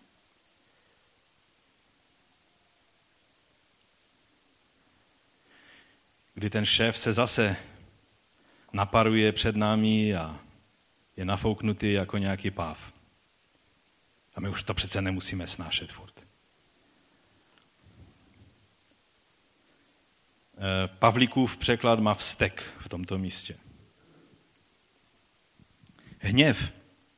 Kdy ten šéf se zase naparuje před námi a je nafouknutý jako nějaký páv. A my už to přece nemusíme snášet furt. Pavlíkův překlad má vztek v tomto místě. Hněv.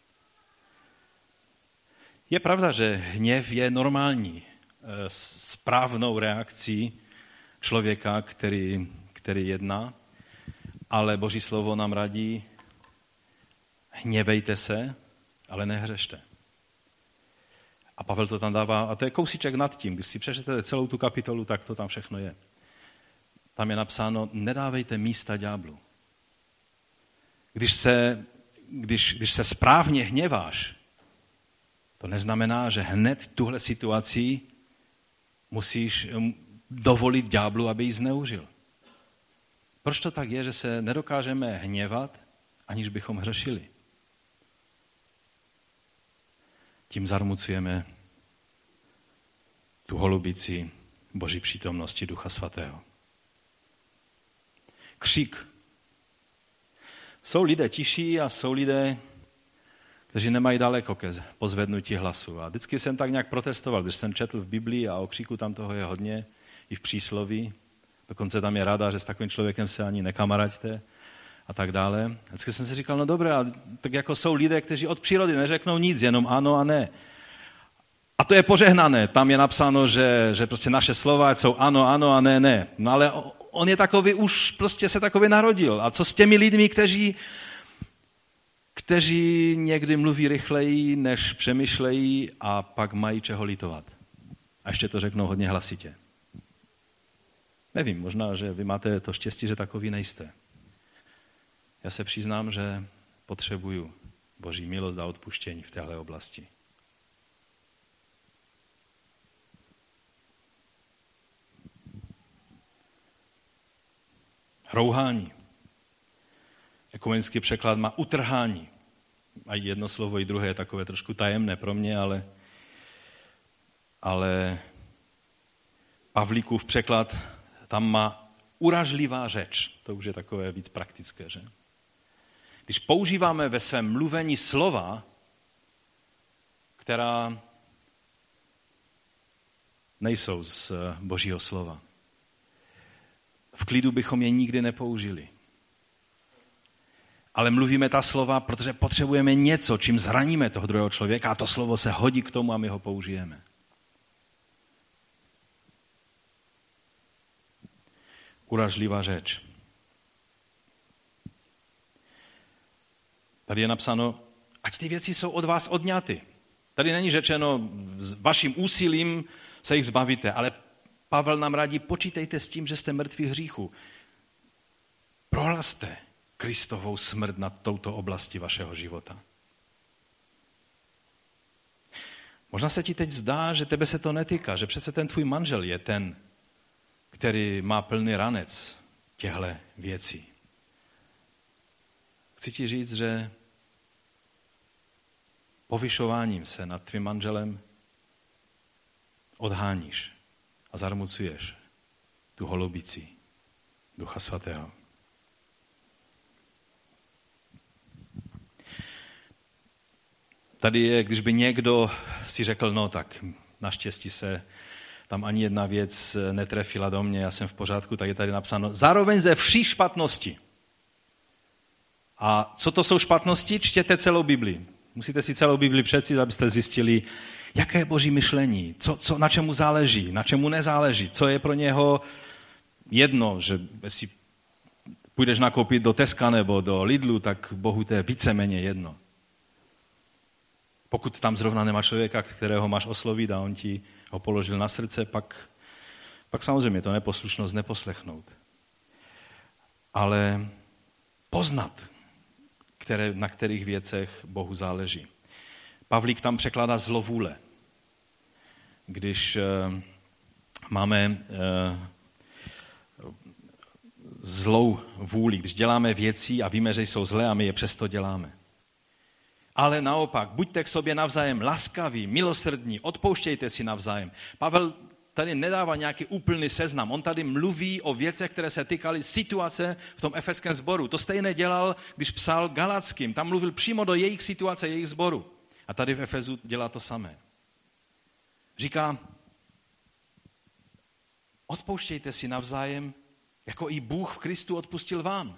Je pravda, že hněv je normální, správnou reakcí člověka, který, který jedná, ale Boží slovo nám radí, hněvejte se, ale nehřešte. A Pavel to tam dává, a to je kousíček nad tím, když si přečtete celou tu kapitolu, tak to tam všechno je. Tam je napsáno, nedávejte místa ďáblu. Když se, když, když se správně hněváš, to neznamená, že hned tuhle situaci musíš dovolit ďáblu, aby ji zneužil. Proč to tak je, že se nedokážeme hněvat, aniž bychom hřešili? Tím zarmucujeme tu holubici Boží přítomnosti Ducha Svatého. Křik. Jsou lidé tiší a jsou lidé, kteří nemají daleko ke pozvednutí hlasu. A vždycky jsem tak nějak protestoval, když jsem četl v Biblii a o křiku tam toho je hodně, i v přísloví. Dokonce tam je rada, že s takovým člověkem se ani nekamaráďte a tak dále. Vždycky jsem si říkal, no dobré, a tak jako jsou lidé, kteří od přírody neřeknou nic, jenom ano a ne. A to je požehnané. Tam je napsáno, že, že prostě naše slova jsou ano, ano a ne, ne. No ale on je takový, už prostě se takový narodil. A co s těmi lidmi, kteří, kteří někdy mluví rychleji, než přemýšlejí a pak mají čeho litovat? A ještě to řeknou hodně hlasitě. Nevím, možná, že vy máte to štěstí, že takový nejste. Já se přiznám, že potřebuju Boží milost a odpuštění v téhle oblasti. Rouhání. Ekumenický překlad má utrhání. A jedno slovo i druhé je takové trošku tajemné pro mě, ale, ale Pavlíkův překlad tam má uražlivá řeč. To už je takové víc praktické, že? Když používáme ve svém mluvení slova, která nejsou z Božího slova. V klidu bychom je nikdy nepoužili. Ale mluvíme ta slova, protože potřebujeme něco, čím zraníme toho druhého člověka a to slovo se hodí k tomu a my ho použijeme. Uražlivá řeč. Tady je napsáno, ať ty věci jsou od vás odňaty. Tady není řečeno, s vaším úsilím se jich zbavíte, ale Pavel nám radí, počítejte s tím, že jste mrtví hříchu. Prohlaste Kristovou smrt nad touto oblasti vašeho života. Možná se ti teď zdá, že tebe se to netýká, že přece ten tvůj manžel je ten, který má plný ranec těchto věcí. Chci ti říct, že povyšováním se nad tvým manželem odháníš a zarmucuješ tu holubici Ducha Svatého. Tady je, když by někdo si řekl, no tak naštěstí se tam ani jedna věc netrefila do mě, já jsem v pořádku, tak je tady napsáno, zároveň ze vší špatnosti. A co to jsou špatnosti? Čtěte celou Bibli. Musíte si celou Bibli přečíst, abyste zjistili, jaké je Boží myšlení, co, co, na čemu záleží, na čemu nezáleží, co je pro něho jedno, že jestli půjdeš nakoupit do Teska nebo do Lidlu, tak Bohu to je víceméně jedno. Pokud tam zrovna nemá člověka, kterého máš oslovit a on ti ho položil na srdce, pak, pak samozřejmě to neposlušnost neposlechnout. Ale poznat, které, na kterých věcech Bohu záleží. Pavlík tam překládá zlovůle. Když e, máme e, zlou vůli, když děláme věci a víme, že jsou zlé a my je přesto děláme. Ale naopak, buďte k sobě navzájem laskaví, milosrdní, odpouštějte si navzájem. Pavel tady nedává nějaký úplný seznam. On tady mluví o věcech, které se týkaly situace v tom efeském sboru. To stejné dělal, když psal Galackým. Tam mluvil přímo do jejich situace, jejich sboru. A tady v Efezu dělá to samé. Říká, odpouštějte si navzájem, jako i Bůh v Kristu odpustil vám.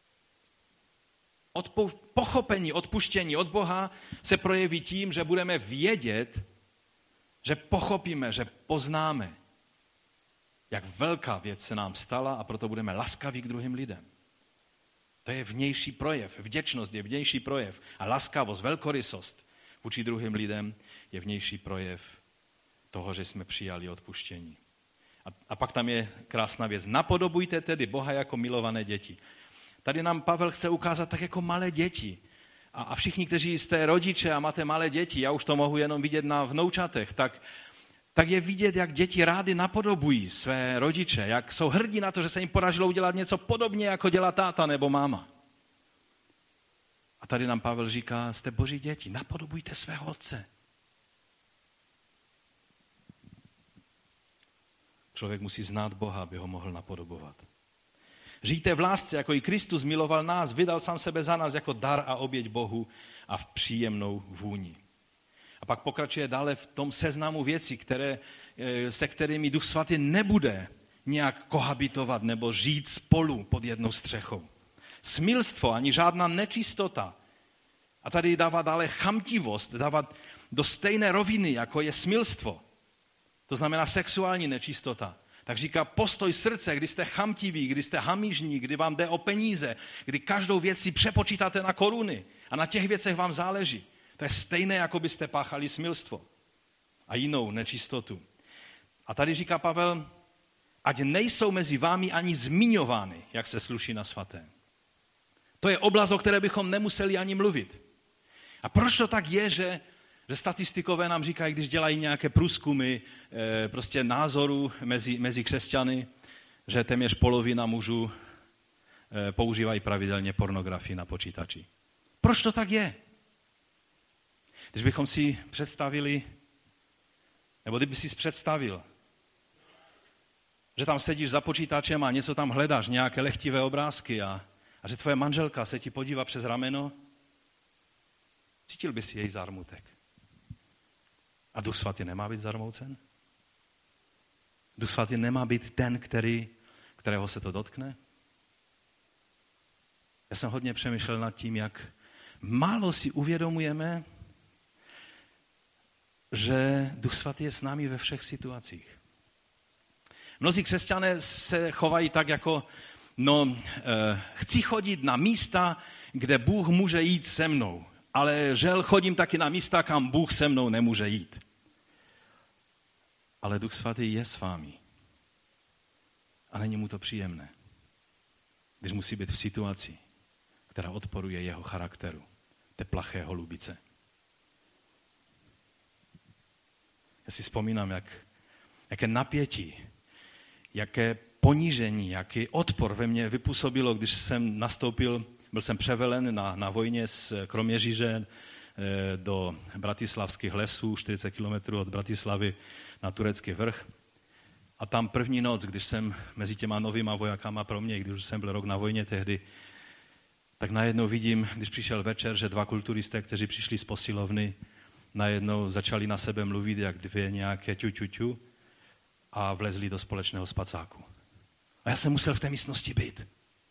Odpou- pochopení, odpuštění od Boha se projeví tím, že budeme vědět, že pochopíme, že poznáme, jak velká věc se nám stala a proto budeme laskaví k druhým lidem. To je vnější projev. Vděčnost je vnější projev. A laskavost, velkorysost vůči druhým lidem je vnější projev toho, že jsme přijali odpuštění. A, a pak tam je krásná věc. Napodobujte tedy Boha jako milované děti. Tady nám Pavel chce ukázat tak jako malé děti. A, a všichni, kteří jste rodiče a máte malé děti, já už to mohu jenom vidět na vnoučatech, tak, tak je vidět, jak děti rády napodobují své rodiče, jak jsou hrdí na to, že se jim podařilo udělat něco podobně, jako dělá táta nebo máma. A tady nám Pavel říká, jste Boží děti, napodobujte svého otce. Člověk musí znát Boha, aby ho mohl napodobovat. Žijte v lásce, jako i Kristus miloval nás, vydal sám sebe za nás jako dar a oběť Bohu a v příjemnou vůni. A pak pokračuje dále v tom seznamu věcí, které, se kterými Duch Svatý nebude nějak kohabitovat nebo žít spolu pod jednou střechou. Smilstvo ani žádná nečistota. A tady dává dále chamtivost, dává do stejné roviny, jako je smilstvo. To znamená sexuální nečistota. Tak říká postoj srdce, kdy jste chamtiví, kdy jste hamižní, kdy vám jde o peníze, kdy každou věc si přepočítáte na koruny a na těch věcech vám záleží. To je stejné, jako byste páchali smilstvo a jinou nečistotu. A tady říká Pavel, ať nejsou mezi vámi ani zmiňovány, jak se sluší na svaté. To je oblast, o které bychom nemuseli ani mluvit. A proč to tak je, že Že statistikové nám říkají, když dělají nějaké průzkumy e, prostě názoru mezi, mezi křesťany, že téměř polovina mužů e, používají pravidelně pornografii na počítači. Proč to tak je? Když bychom si představili, nebo kdyby si představil, že tam sedíš za počítačem a něco tam hledáš, nějaké lehtivé obrázky a, a že tvoje manželka se ti podívá přes rameno, cítil by si její zármutek. A Duch Svatý nemá být zarmoucen? Duch svatý nemá být ten, který, kterého se to dotkne? Já jsem hodně přemýšlel nad tím, jak málo si uvědomujeme, že Duch svatý je s námi ve všech situacích. Mnozí křesťané se chovají tak jako, no, eh, chci chodit na místa, kde Bůh může jít se mnou, ale žel chodím taky na místa, kam Bůh se mnou nemůže jít. Ale Duch svatý je s vámi. A není mu to příjemné, když musí být v situaci, která odporuje jeho charakteru, té plaché holubice. Já si vzpomínám, jak, jaké napětí, jaké ponížení, jaký odpor ve mně vypůsobilo, když jsem nastoupil, byl jsem převelen na, na vojně z Kroměříže do Bratislavských lesů, čtyřicet kilometrů od Bratislavy na Turecký vrch. A tam první noc, když jsem mezi těma novýma vojakama pro mě, když jsem byl rok na vojně tehdy, tak najednou vidím, když přišel večer, že dva kulturisté, kteří přišli z posilovny, najednou začali na sebe mluvit jak dvě nějaké ťu, ťu, ťu a vlezli do společného spacáku. A já jsem musel v té místnosti být.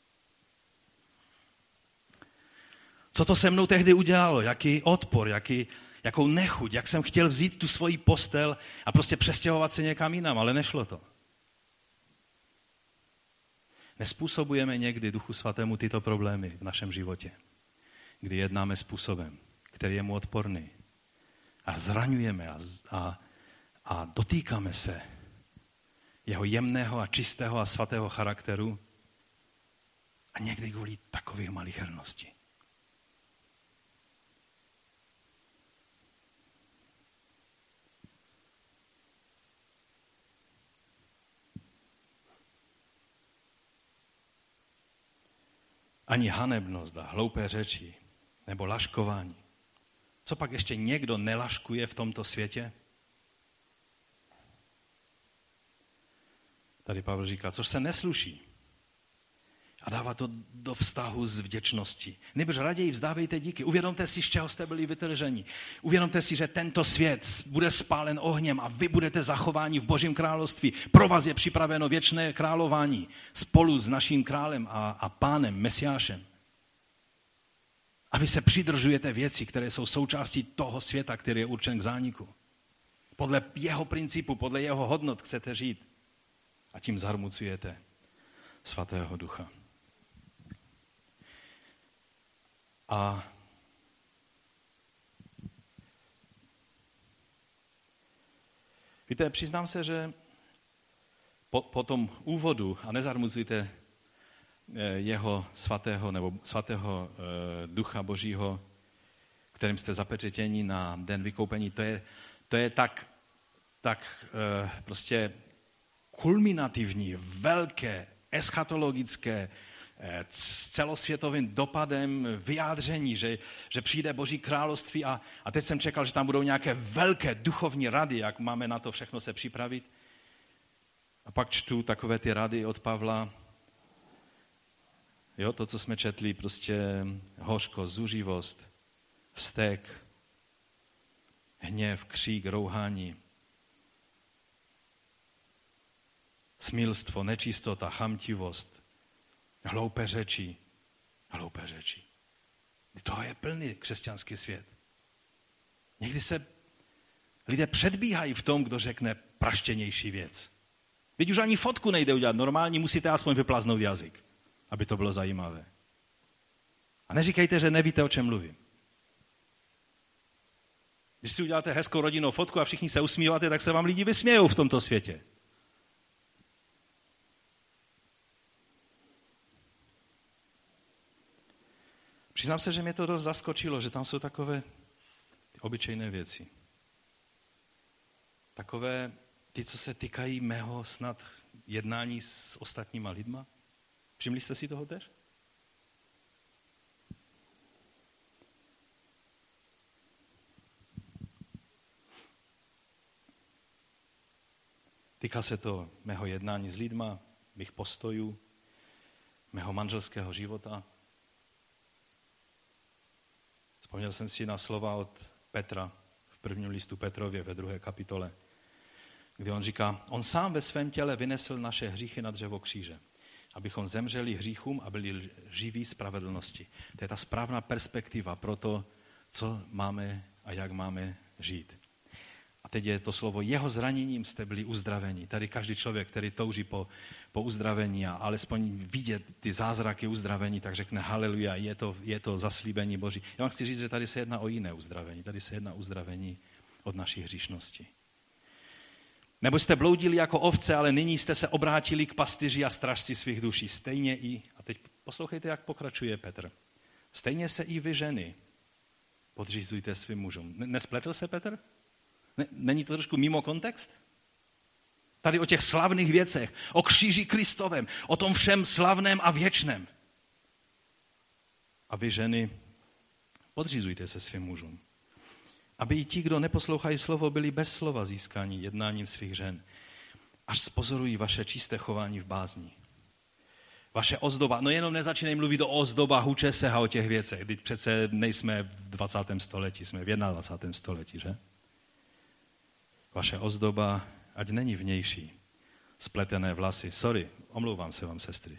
Co to se mnou tehdy udělalo? Jaký odpor, jaký, jakou nechuť, jak jsem chtěl vzít tu svoji postel a prostě přestěhovat se někam jinam, ale nešlo to. Nespůsobujeme někdy Duchu Svatému tyto problémy v našem životě, kdy jednáme způsobem, který je mu odporný a zraňujeme a, a, a dotýkáme se jeho jemného a čistého a svatého charakteru a někdy kvůli takových malicherností. Ani hanebnost a hloupé řeči nebo laškování. Co pak ještě někdo nelaškuje v tomto světě? Tady Pavel říká, což se nesluší. A dává to do vztahu s vděčností. Nebož raději vzdávejte díky. Uvědomte si, z čeho jste byli vytrženi. Uvědomte si, že tento svět bude spálen ohněm a vy budete zachováni v Božím království. Pro vás je připraveno věčné králování spolu s naším králem a, a pánem, Mesiášem. A vy se přidržujete věci, které jsou součástí toho světa, který je určen k zániku. Podle jeho principu, podle jeho hodnot chcete žít. A tím zarmucujete Svatého Ducha. A víte, přiznám se, že po, po tom úvodu, a nezarmucujte jeho svatého nebo svatého Ducha Božího, kterým jste zapečetěni na den vykoupení, to je, to je tak, tak prostě kulminativní, velké, eschatologické, s celosvětovým dopadem vyjádření, že, že přijde Boží království a, a teď jsem čekal, že tam budou nějaké velké duchovní rady, jak máme na to všechno se připravit. A pak čtu takové ty rady od Pavla, jo, to, co jsme četli, prostě hořkost, zuřivost, vztek, hněv, křík, rouhání, smilstvo, nečistota, chamtivost, hloupé řeči, hloupé řeči. Toho je plný křesťanský svět. Někdy se lidé předbíhají v tom, kdo řekne praštěnější věc. Teď už ani fotku nejde udělat normální, musíte aspoň vyplaznout jazyk, aby to bylo zajímavé. A neříkejte, že nevíte, o čem mluvím. Když si uděláte hezkou rodinnou fotku a všichni se usmíváte, tak se vám lidi vysmějou v tomto světě. Přiznám se, že mě to dost zaskočilo, že tam jsou takové obyčejné věci. Takové ty, co se týkají mého snad jednání s ostatníma lidma. Všimli jste si toho tež? Týká se to mého jednání s lidma, mých postojů, mého manželského života. Vzpomněl jsem si na slova od Petra v prvním listu Petrově ve druhé kapitole, kdy on říká, on sám ve svém těle vynesl naše hříchy na dřevo kříže, abychom zemřeli hříchům a byli živí spravedlnosti. To je ta správná perspektiva pro to, co máme a jak máme žít. A teď je to slovo, jeho zraněním jste byli uzdraveni. Tady každý člověk, který touží po, po uzdravení a alespoň vidět ty zázraky uzdravení, tak řekne haleluja, je to, je to zaslíbení Boží. Já vám chci říct, že tady se jedná o jiné uzdravení. Tady se jedná o uzdravení od naší hříšnosti. Nebo jste bloudili jako ovce, ale nyní jste se obrátili k pastýři a strážci svých duší. Stejně i, a teď poslouchejte, jak pokračuje Petr. Stejně se i vy ženy podřízujte svým mužům. Nespletl se Petr? Není to trošku mimo kontext? Tady o těch slavných věcech, o kříži Kristovém, o tom všem slavném a věčném. A vy ženy, podřízujte se svým mužům. Aby i ti, kdo neposlouchají slovo, byli bez slova získáni jednáním svých žen. Až spozorují vaše čisté chování v bázni. Vaše ozdoba, no jenom nezačínej mluvit o ozdobách, huče se a o těch věcech. Teď přece nejsme v dvacátém století, jsme v dvacátém prvním století, že? Vaše ozdoba, ať není vnější, spletené vlasy. Sorry, omlouvám se vám, sestry.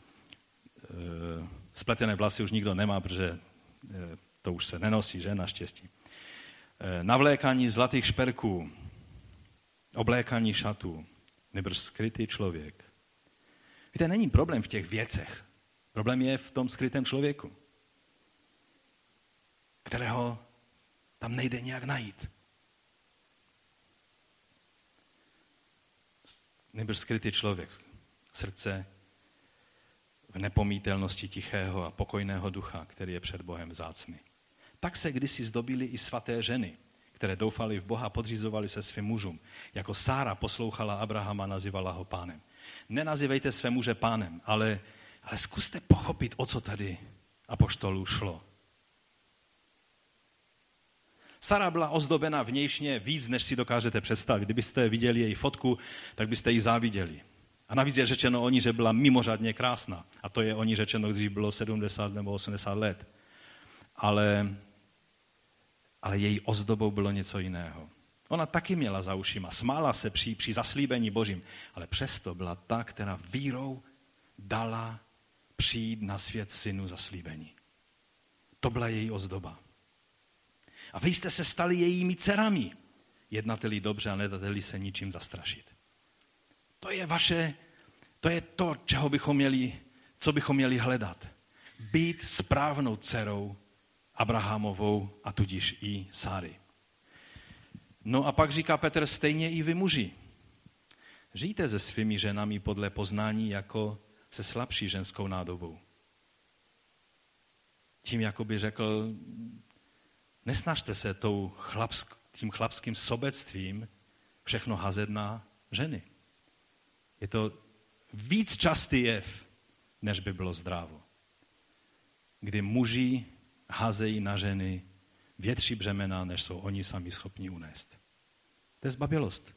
Spletené vlasy už nikdo nemá, protože to už se nenosí, že? Naštěstí. Navlékání zlatých šperků, oblékání šatů, nebož skrytý člověk. Víte, není problém v těch věcech. Problém je v tom skrytém člověku, kterého tam nejde nějak najít. Nebož skrytý člověk, srdce v nepomítelnosti tichého a pokojného ducha, který je před Bohem vzácný. Tak se kdysi zdobily i svaté ženy, které doufaly v Boha a podřizovaly se svým mužům. Jako Sára poslouchala Abrahama, nazývala ho pánem. Nenazývejte své muže pánem, ale, ale zkuste pochopit, o co tady apoštolů šlo. Sara byla ozdobena vnějšně víc, než si dokážete představit. Kdybyste viděli její fotku, tak byste ji záviděli. A navíc je řečeno o ní, že byla mimořádně krásná. A to je o ní řečeno, když bylo sedmdesát nebo osmdesát let. Ale, ale její ozdobou bylo něco jiného. Ona taky měla za ušima, smála se při, při zaslíbení Božím, ale přesto byla ta, která vírou dala přijít na svět synu zaslíbení. To byla její ozdoba. A vy jste se stali jejími dcerami. Jednateli dobře a nedateli se ničím zastrašit. To je vaše, to je to, čeho bychom měli, co bychom měli hledat. Být správnou dcerou Abrahamovou a tudíž i Sáry. No a pak říká Petr, stejně i vy muži. Žijte se svými ženami podle poznání jako se slabší ženskou nádobou. Tím jakoby řekl, nesnažte se tou chlapsk, tím chlapským sobectvím všechno házet na ženy. Je to víc častý jev, než by bylo zdrávo. Kdy muži házejí na ženy větší břemena, než jsou oni sami schopni unést. To je zbabělost.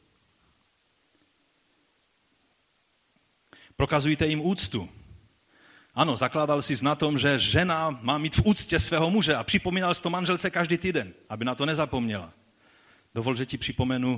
Prokazujte jim úctu. Ano, zakládal jsi na tom, že žena má mít v úctě svého muže a připomínal jsi to manželce každý týden, aby na to nezapomněla. Dovol, že ti připomenu,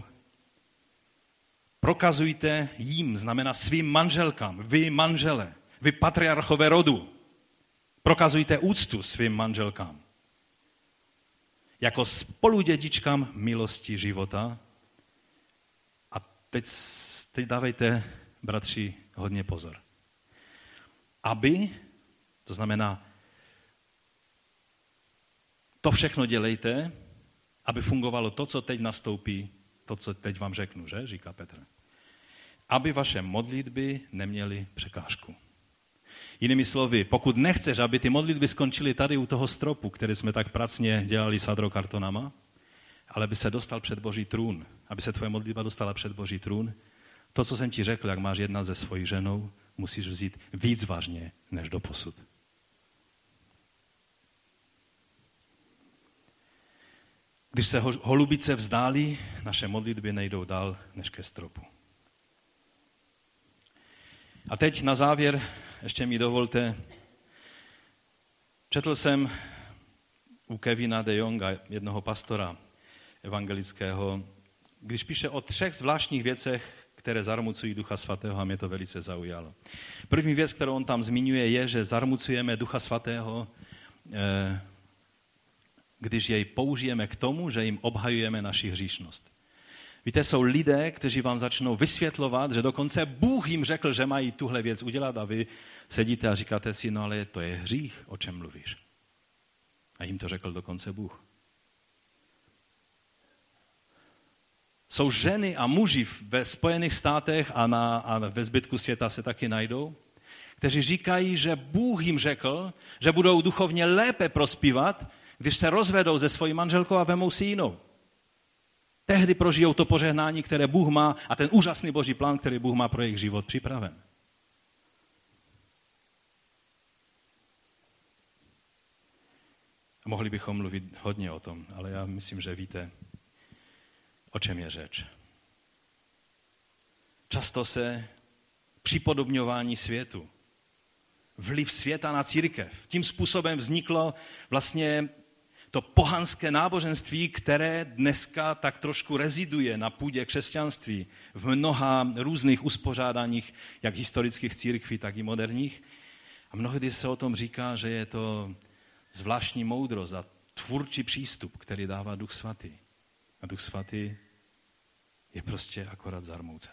prokazujte jim, znamená svým manželkám, vy manžele, vy patriarchové rodu, prokazujte úctu svým manželkám. Jako spoludědičkám milosti života. A teď, teď dávejte, bratři, hodně pozor. Aby, to znamená, to všechno dělejte, aby fungovalo to, co teď nastoupí, to, co teď vám řeknu, že? Říká Petr. Aby vaše modlitby neměly překážku. Jinými slovy, pokud nechceš, aby ty modlitby skončily tady u toho stropu, který jsme tak pracně dělali s hadrokartonama, ale aby se dostal před Boží trůn, aby se tvoje modlitba dostala před Boží trůn, to, co jsem ti řekl, jak máš jednat se svojí ženou, musíš vzít víc vážně, než doposud. Když se holubice vzdálí, naše modlitby nejdou dál než ke stropu. A teď na závěr ještě mi dovolte, četl jsem u Kevina de Jonga, jednoho pastora evangelického, když píše o třech zvláštních věcech, které zarmucují Ducha Svatého, a mě to velice zaujalo. První věc, kterou on tam zmiňuje, je, že zarmucujeme Ducha Svatého, když jej použijeme k tomu, že jim obhajujeme naši hříšnost. Víte, jsou lidé, kteří vám začnou vysvětlovat, že dokonce Bůh jim řekl, že mají tuhle věc udělat, a vy sedíte a říkáte si, no ale to je hřích, o čem mluvíš. A jim to řekl dokonce Bůh. Jsou ženy a muži ve Spojených státech a, na, a ve zbytku světa se taky najdou, kteří říkají, že Bůh jim řekl, že budou duchovně lépe prospívat, když se rozvedou se svojí manželkou a vemou si jinou. Tehdy prožijou to požehnání, které Bůh má, a ten úžasný boží plán, který Bůh má pro jejich život připraven. A mohli bychom mluvit hodně o tom, ale já myslím, že víte, o čem je řeč. Často se připodobňování světu, vliv světa na církev, tím způsobem vzniklo vlastně to pohanské náboženství, které dneska tak trošku reziduje na půdě křesťanství v mnoha různých uspořádáních, jak historických církví, tak i moderních. A mnohdy se o tom říká, že je to zvláštní moudrost a tvůrčí přístup, který dává Duch Svatý. A Duch Svatý je prostě akorát zarmoucen.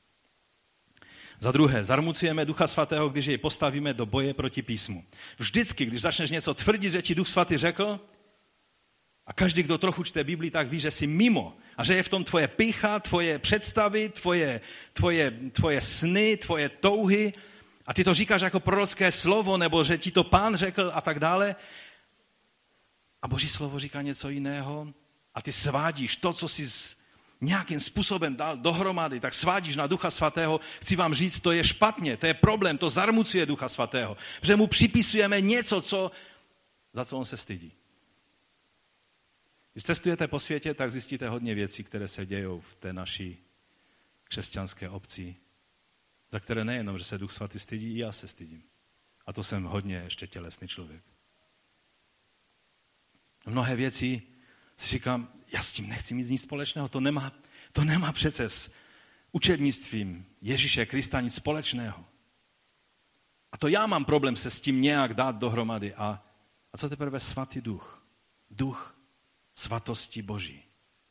Za druhé, zarmucujeme Ducha Svatého, když jej postavíme do boje proti písmu. Vždycky, když začneš něco tvrdit, že ti Duch Svatý řekl, a každý, kdo trochu čte Biblii, tak ví, že jsi mimo. A že je v tom tvoje pýcha, tvoje představy, tvoje, tvoje, tvoje sny, tvoje touhy. A ty to říkáš jako prorocké slovo, nebo že ti to Pán řekl a tak dále. A Boží slovo říká něco jiného. A ty svádíš to, co jsi nějakým způsobem dal dohromady, tak svádíš na Ducha Svatého. Chci vám říct, to je špatně, to je problém, to zarmucuje Ducha Svatého. Protože mu připisujeme něco, co, za co on se stydí. Když cestujete po světě, tak zjistíte hodně věcí, které se dějou v té naší křesťanské obci, za které nejenom, že se Duch Svatý stydí, i já se stydím. A to jsem hodně ještě tělesný člověk. Mnohé věci si říkám, já s tím nechci mít nic společného, to nemá, to nemá přece s učednictvím Ježíše Krista nic společného. A to já mám problém se s tím nějak dát dohromady. A, a co teprve Svatý Duch? Duch svatosti Boží.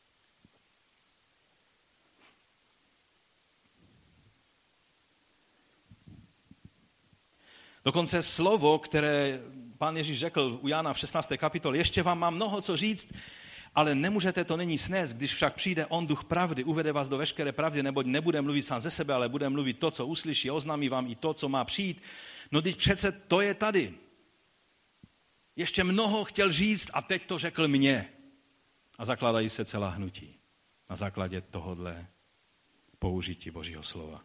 Dokonce slovo, které Pán Ježíš řekl u Jana v šestnácté kapitole, ještě vám mám mnoho co říct, ale nemůžete to nyní snést, když však přijde on, Duch pravdy, uvede vás do veškeré pravdy, neboť nebude mluvit sám ze sebe, ale bude mluvit to, co uslyší, oznámí vám i to, co má přijít. No teď přece to je tady. Ještě mnoho chtěl říct a teď to řekl mně. A zakládají se celá hnutí na základě tohodle použití Božího slova.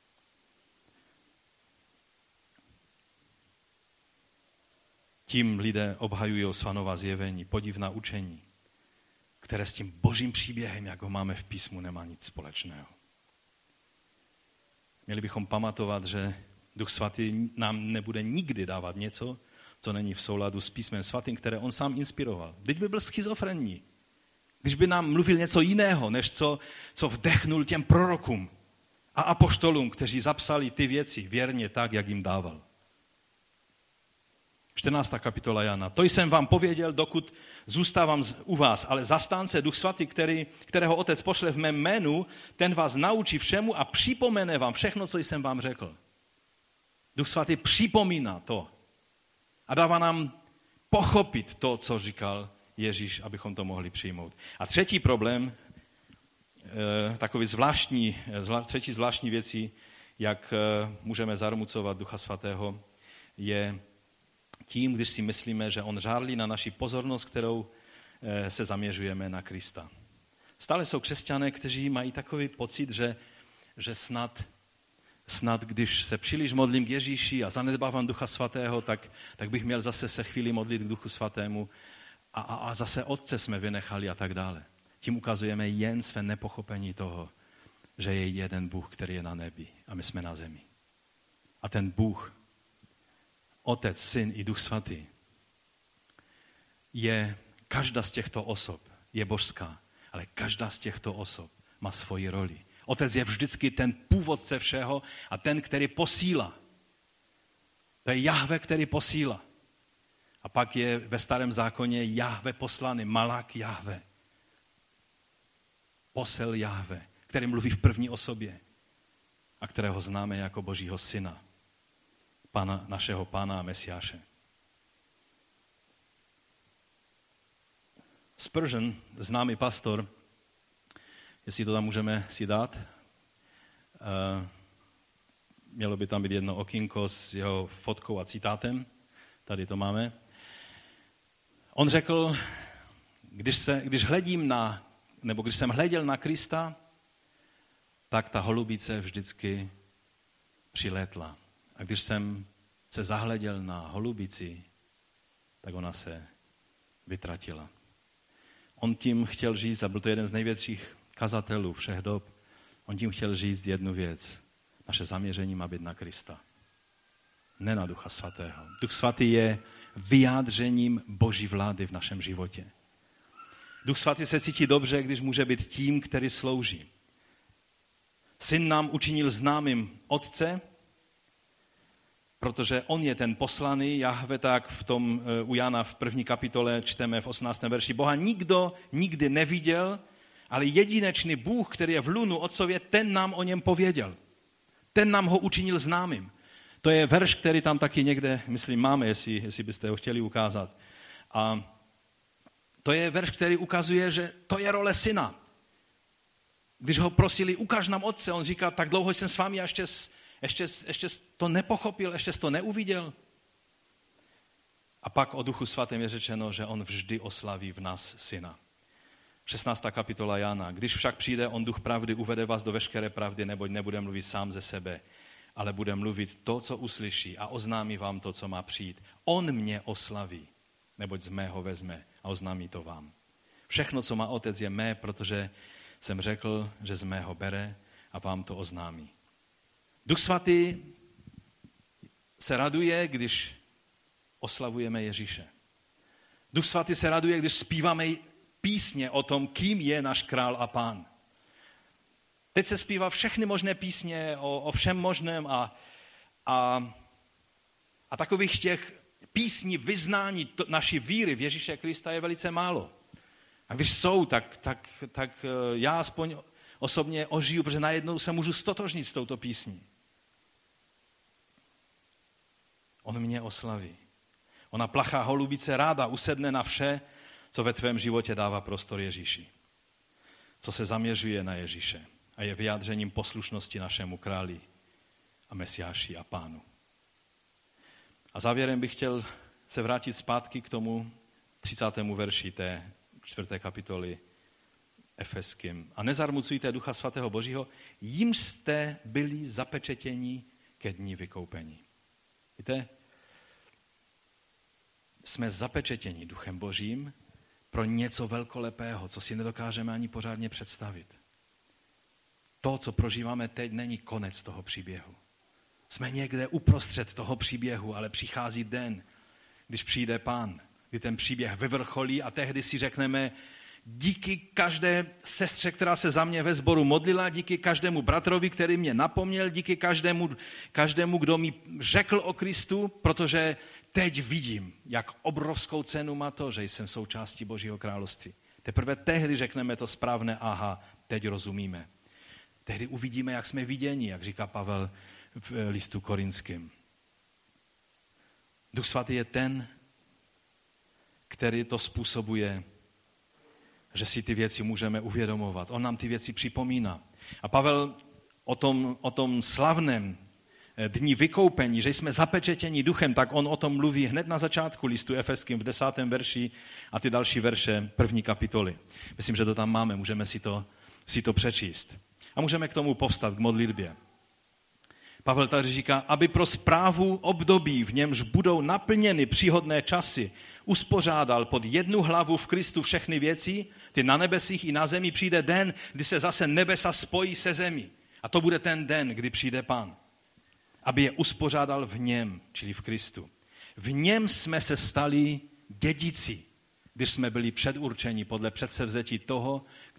Tím lidé obhajují Svanova zjevení, podivná učení, které s tím božím příběhem, jak ho máme v písmu, nemá nic společného. Měli bychom pamatovat, že Duch Svatý nám nebude nikdy dávat něco, co není v souladu s písmem svatým, které on sám inspiroval. Teď by byl schizofrenní. Když by nám mluvil něco jiného, než co, co vdechnul těm prorokům a apoštolům, kteří zapsali ty věci věrně tak, jak jim dával. čtrnáctá kapitola Jana. To jsem vám pověděl, dokud zůstávám u vás, ale zastánce Duch Svatý, který, kterého Otec pošle v mém jménu, ten vás naučí všemu a připomene vám všechno, co jsem vám řekl. Duch Svatý připomíná to a dává nám pochopit to, co říkal Ježíš, abychom to mohli přijmout. A třetí problém, takový zvláštní, třetí zvláštní věcí, jak můžeme zarmucovat Ducha Svatého, je tím, když si myslíme, že on žárlí na naši pozornost, kterou se zaměřujeme na Krista. Stále jsou křesťané, kteří mají takový pocit, že, že snad, snad, když se příliš modlím k Ježíši a zanedbávám Ducha Svatého, tak, tak bych měl zase se chvíli modlit k Duchu Svatému a, a, a zase Otce jsme vynechali a tak dále. Tím ukazujeme jen své nepochopení toho, že je jeden Bůh, který je na nebi a my jsme na zemi. A ten Bůh, Otec, Syn i Duch Svatý, je, každá z těchto osob je božská, ale každá z těchto osob má svoji roli. Otec je vždycky ten původce všeho a ten, který posílá. To je Jahve, který posílá. A pak je ve starém zákoně Jahve poslany, Malak Jahve. Posel Jahve, který mluví v první osobě a kterého známe jako Božího syna, pana, našeho pána a Mesiáše. Spurgeon, známý pastor, jestli to tam můžeme si dát, uh, mělo by tam být jedno okýnko s jeho fotkou a citátem, tady to máme. On řekl, když, se, když hledím na, nebo když jsem hleděl na Krista, tak ta holubice vždycky přilétla. A když jsem se zahleděl na holubici, tak ona se vytratila. On tím chtěl říct, a byl to jeden z největších kazatelů všech dob, on tím chtěl říct jednu věc. Naše zaměření má být na Krista. Ne na Ducha Svatého. Duch Svatý je vyjádřením Boží vlády v našem životě. Duch Svatý se cítí dobře, když může být tím, který slouží. Syn nám učinil známým Otce, protože on je ten poslaný, Jahve, tak v tom u Jana v první kapitole čteme v osmnáctém verši. Boha nikdo nikdy neviděl, ale jedinečný Bůh, který je v lunu Otcově, ten nám o něm pověděl. Ten nám ho učinil známým. To je verš, který tam taky někde, myslím, máme, jestli, jestli byste ho chtěli ukázat. A to je verš, který ukazuje, že to je role syna. Když ho prosili, ukáž nám Otce, on říká, tak dlouho jsem s vámi a ještě, ještě, ještě to nepochopil, ještě to neuviděl. A pak o Duchu Svatém je řečeno, že on vždy oslaví v nás syna. šestnáctá kapitola Jana. Když však přijde on Duch pravdy, uvede vás do veškeré pravdy, neboť nebude mluvit sám ze sebe, ale bude mluvit to, co uslyší a oznámí vám to, co má přijít. On mě oslaví, neboť z mého vezme a oznámí to vám. Všechno, co má Otec, je mé, protože jsem řekl, že z mého bere a vám to oznámí. Duch Svatý se raduje, když oslavujeme Ježíše. Duch Svatý se raduje, když zpíváme písně o tom, kým je náš král a pán. Teď se zpívá všechny možné písně o, o všem možném a, a, a takových těch písní vyznání to, naší víry v Ježíše Krista je velice málo. A když jsou, tak, tak, tak já aspoň osobně ožiju, protože najednou se můžu stotožnit s touto písní. On mě oslaví. Ona plachá holubice ráda usedne na vše, co ve tvém životě dává prostor Ježíši. Co se zaměřuje na Ježíše a je vyjádřením poslušnosti našemu králi a Mesiáši a pánu. A závěrem bych chtěl se vrátit zpátky k tomu třicátému verši té čtvrté kapitoly Efeským. A nezarmucujte Ducha Svatého Božího, jim jste byli zapečetěni ke dni vykoupení. Víte, jsme zapečetěni Duchem Božím pro něco velkolepého, co si nedokážeme ani pořádně představit. To, co prožíváme teď, není konec toho příběhu. Jsme někde uprostřed toho příběhu, ale přichází den, když přijde Pán, kdy ten příběh vyvrcholí a tehdy si řekneme, díky každé sestře, která se za mě ve sboru modlila, díky každému bratrovi, který mě napomněl, díky každému, každému, kdo mi řekl o Kristu, protože teď vidím, jak obrovskou cenu má to, že jsem součástí Božího království. Teprve tehdy řekneme to správné, aha, teď rozumíme. Tehdy uvidíme, jak jsme viděni, jak říká Pavel v listu Korinským. Duch Svatý je ten, který to způsobuje, že si ty věci můžeme uvědomovat. On nám ty věci připomíná. A Pavel o tom, o tom slavném dní vykoupení, že jsme zapečetěni duchem, tak on o tom mluví hned na začátku listu Efeským v desátém verši a ty další verše první kapitoly. Myslím, že to tam máme, můžeme si to, si to přečíst. A můžeme k tomu povstat, k modlitbě. Pavel tady říká, aby pro správu období, v němž budou naplněny příhodné časy, uspořádal pod jednu hlavu v Kristu všechny věci, ty na nebesích i na zemi, přijde den, kdy se zase nebesa spojí se zemí. A to bude ten den, kdy přijde Pán. Aby je uspořádal v něm, čili v Kristu. V něm jsme se stali dědici, když jsme byli předurčeni podle předsevzetí toho,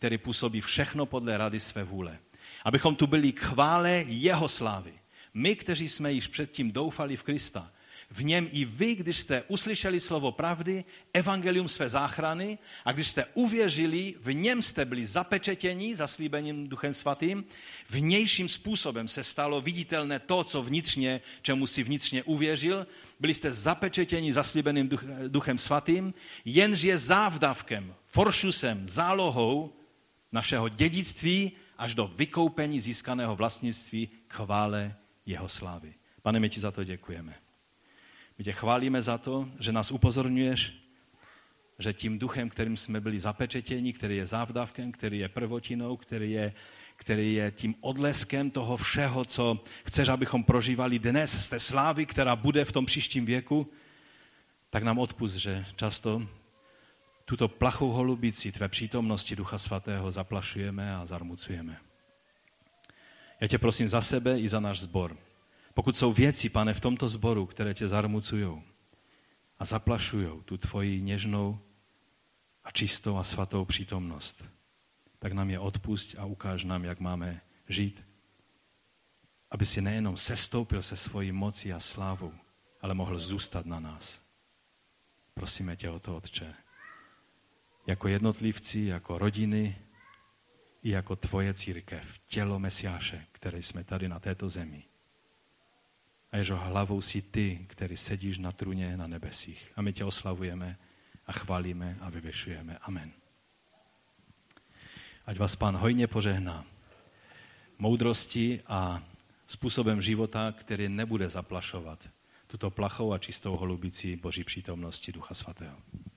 který působí všechno podle rady své vůle. Abychom tu byli k chvále jeho slávy. My, kteří jsme již předtím doufali v Krista, v něm i vy, když jste uslyšeli slovo pravdy, evangelium své záchrany, a když jste uvěřili, v něm jste byli zapečetěni zaslíbením Duchem Svatým, vnějším způsobem se stalo viditelné to, co vnitřně, čemu si vnitřně uvěřil, byli jste zapečetěni zaslíbeným Duchem Svatým, jenž je závdavkem, foršusem, zálohou našeho dědictví až do vykoupení získaného vlastnictví k chvále jeho slávy. Pane, my ti za to děkujeme. My tě chválíme za to, že nás upozorňuješ, že tím duchem, kterým jsme byli zapečetěni, který je závdavkem, který je prvotinou, který je, který je tím odleskem toho všeho, co chceš, abychom prožívali dnes z té slávy, která bude v tom příštím věku, tak nám odpusť, že často tuto plachou holubici tvé přítomnosti Ducha Svatého zaplašujeme a zarmucujeme. Já tě prosím za sebe i za náš sbor. Pokud jsou věci, Pane, v tomto sboru, které tě zarmucujou a zaplašujou tu tvoji něžnou a čistou a svatou přítomnost, tak nám je odpusť a ukáž nám, jak máme žít, aby si nejenom sestoupil se svojí mocí a slávou, ale mohl zůstat na nás. Prosíme tě o to, Otče. Jako jednotlivci, jako rodiny i jako tvoje církev, tělo Mesiáše, které jsme tady na této zemi. A ježo hlavou si ty, který sedíš na trůně na nebesích. A my tě oslavujeme a chválíme a vyvěšujeme. Amen. Ať vás Pán hojně požehná moudrosti a způsobem života, který nebude zaplašovat tuto plachou a čistou holubicí Boží přítomnosti Ducha Svatého.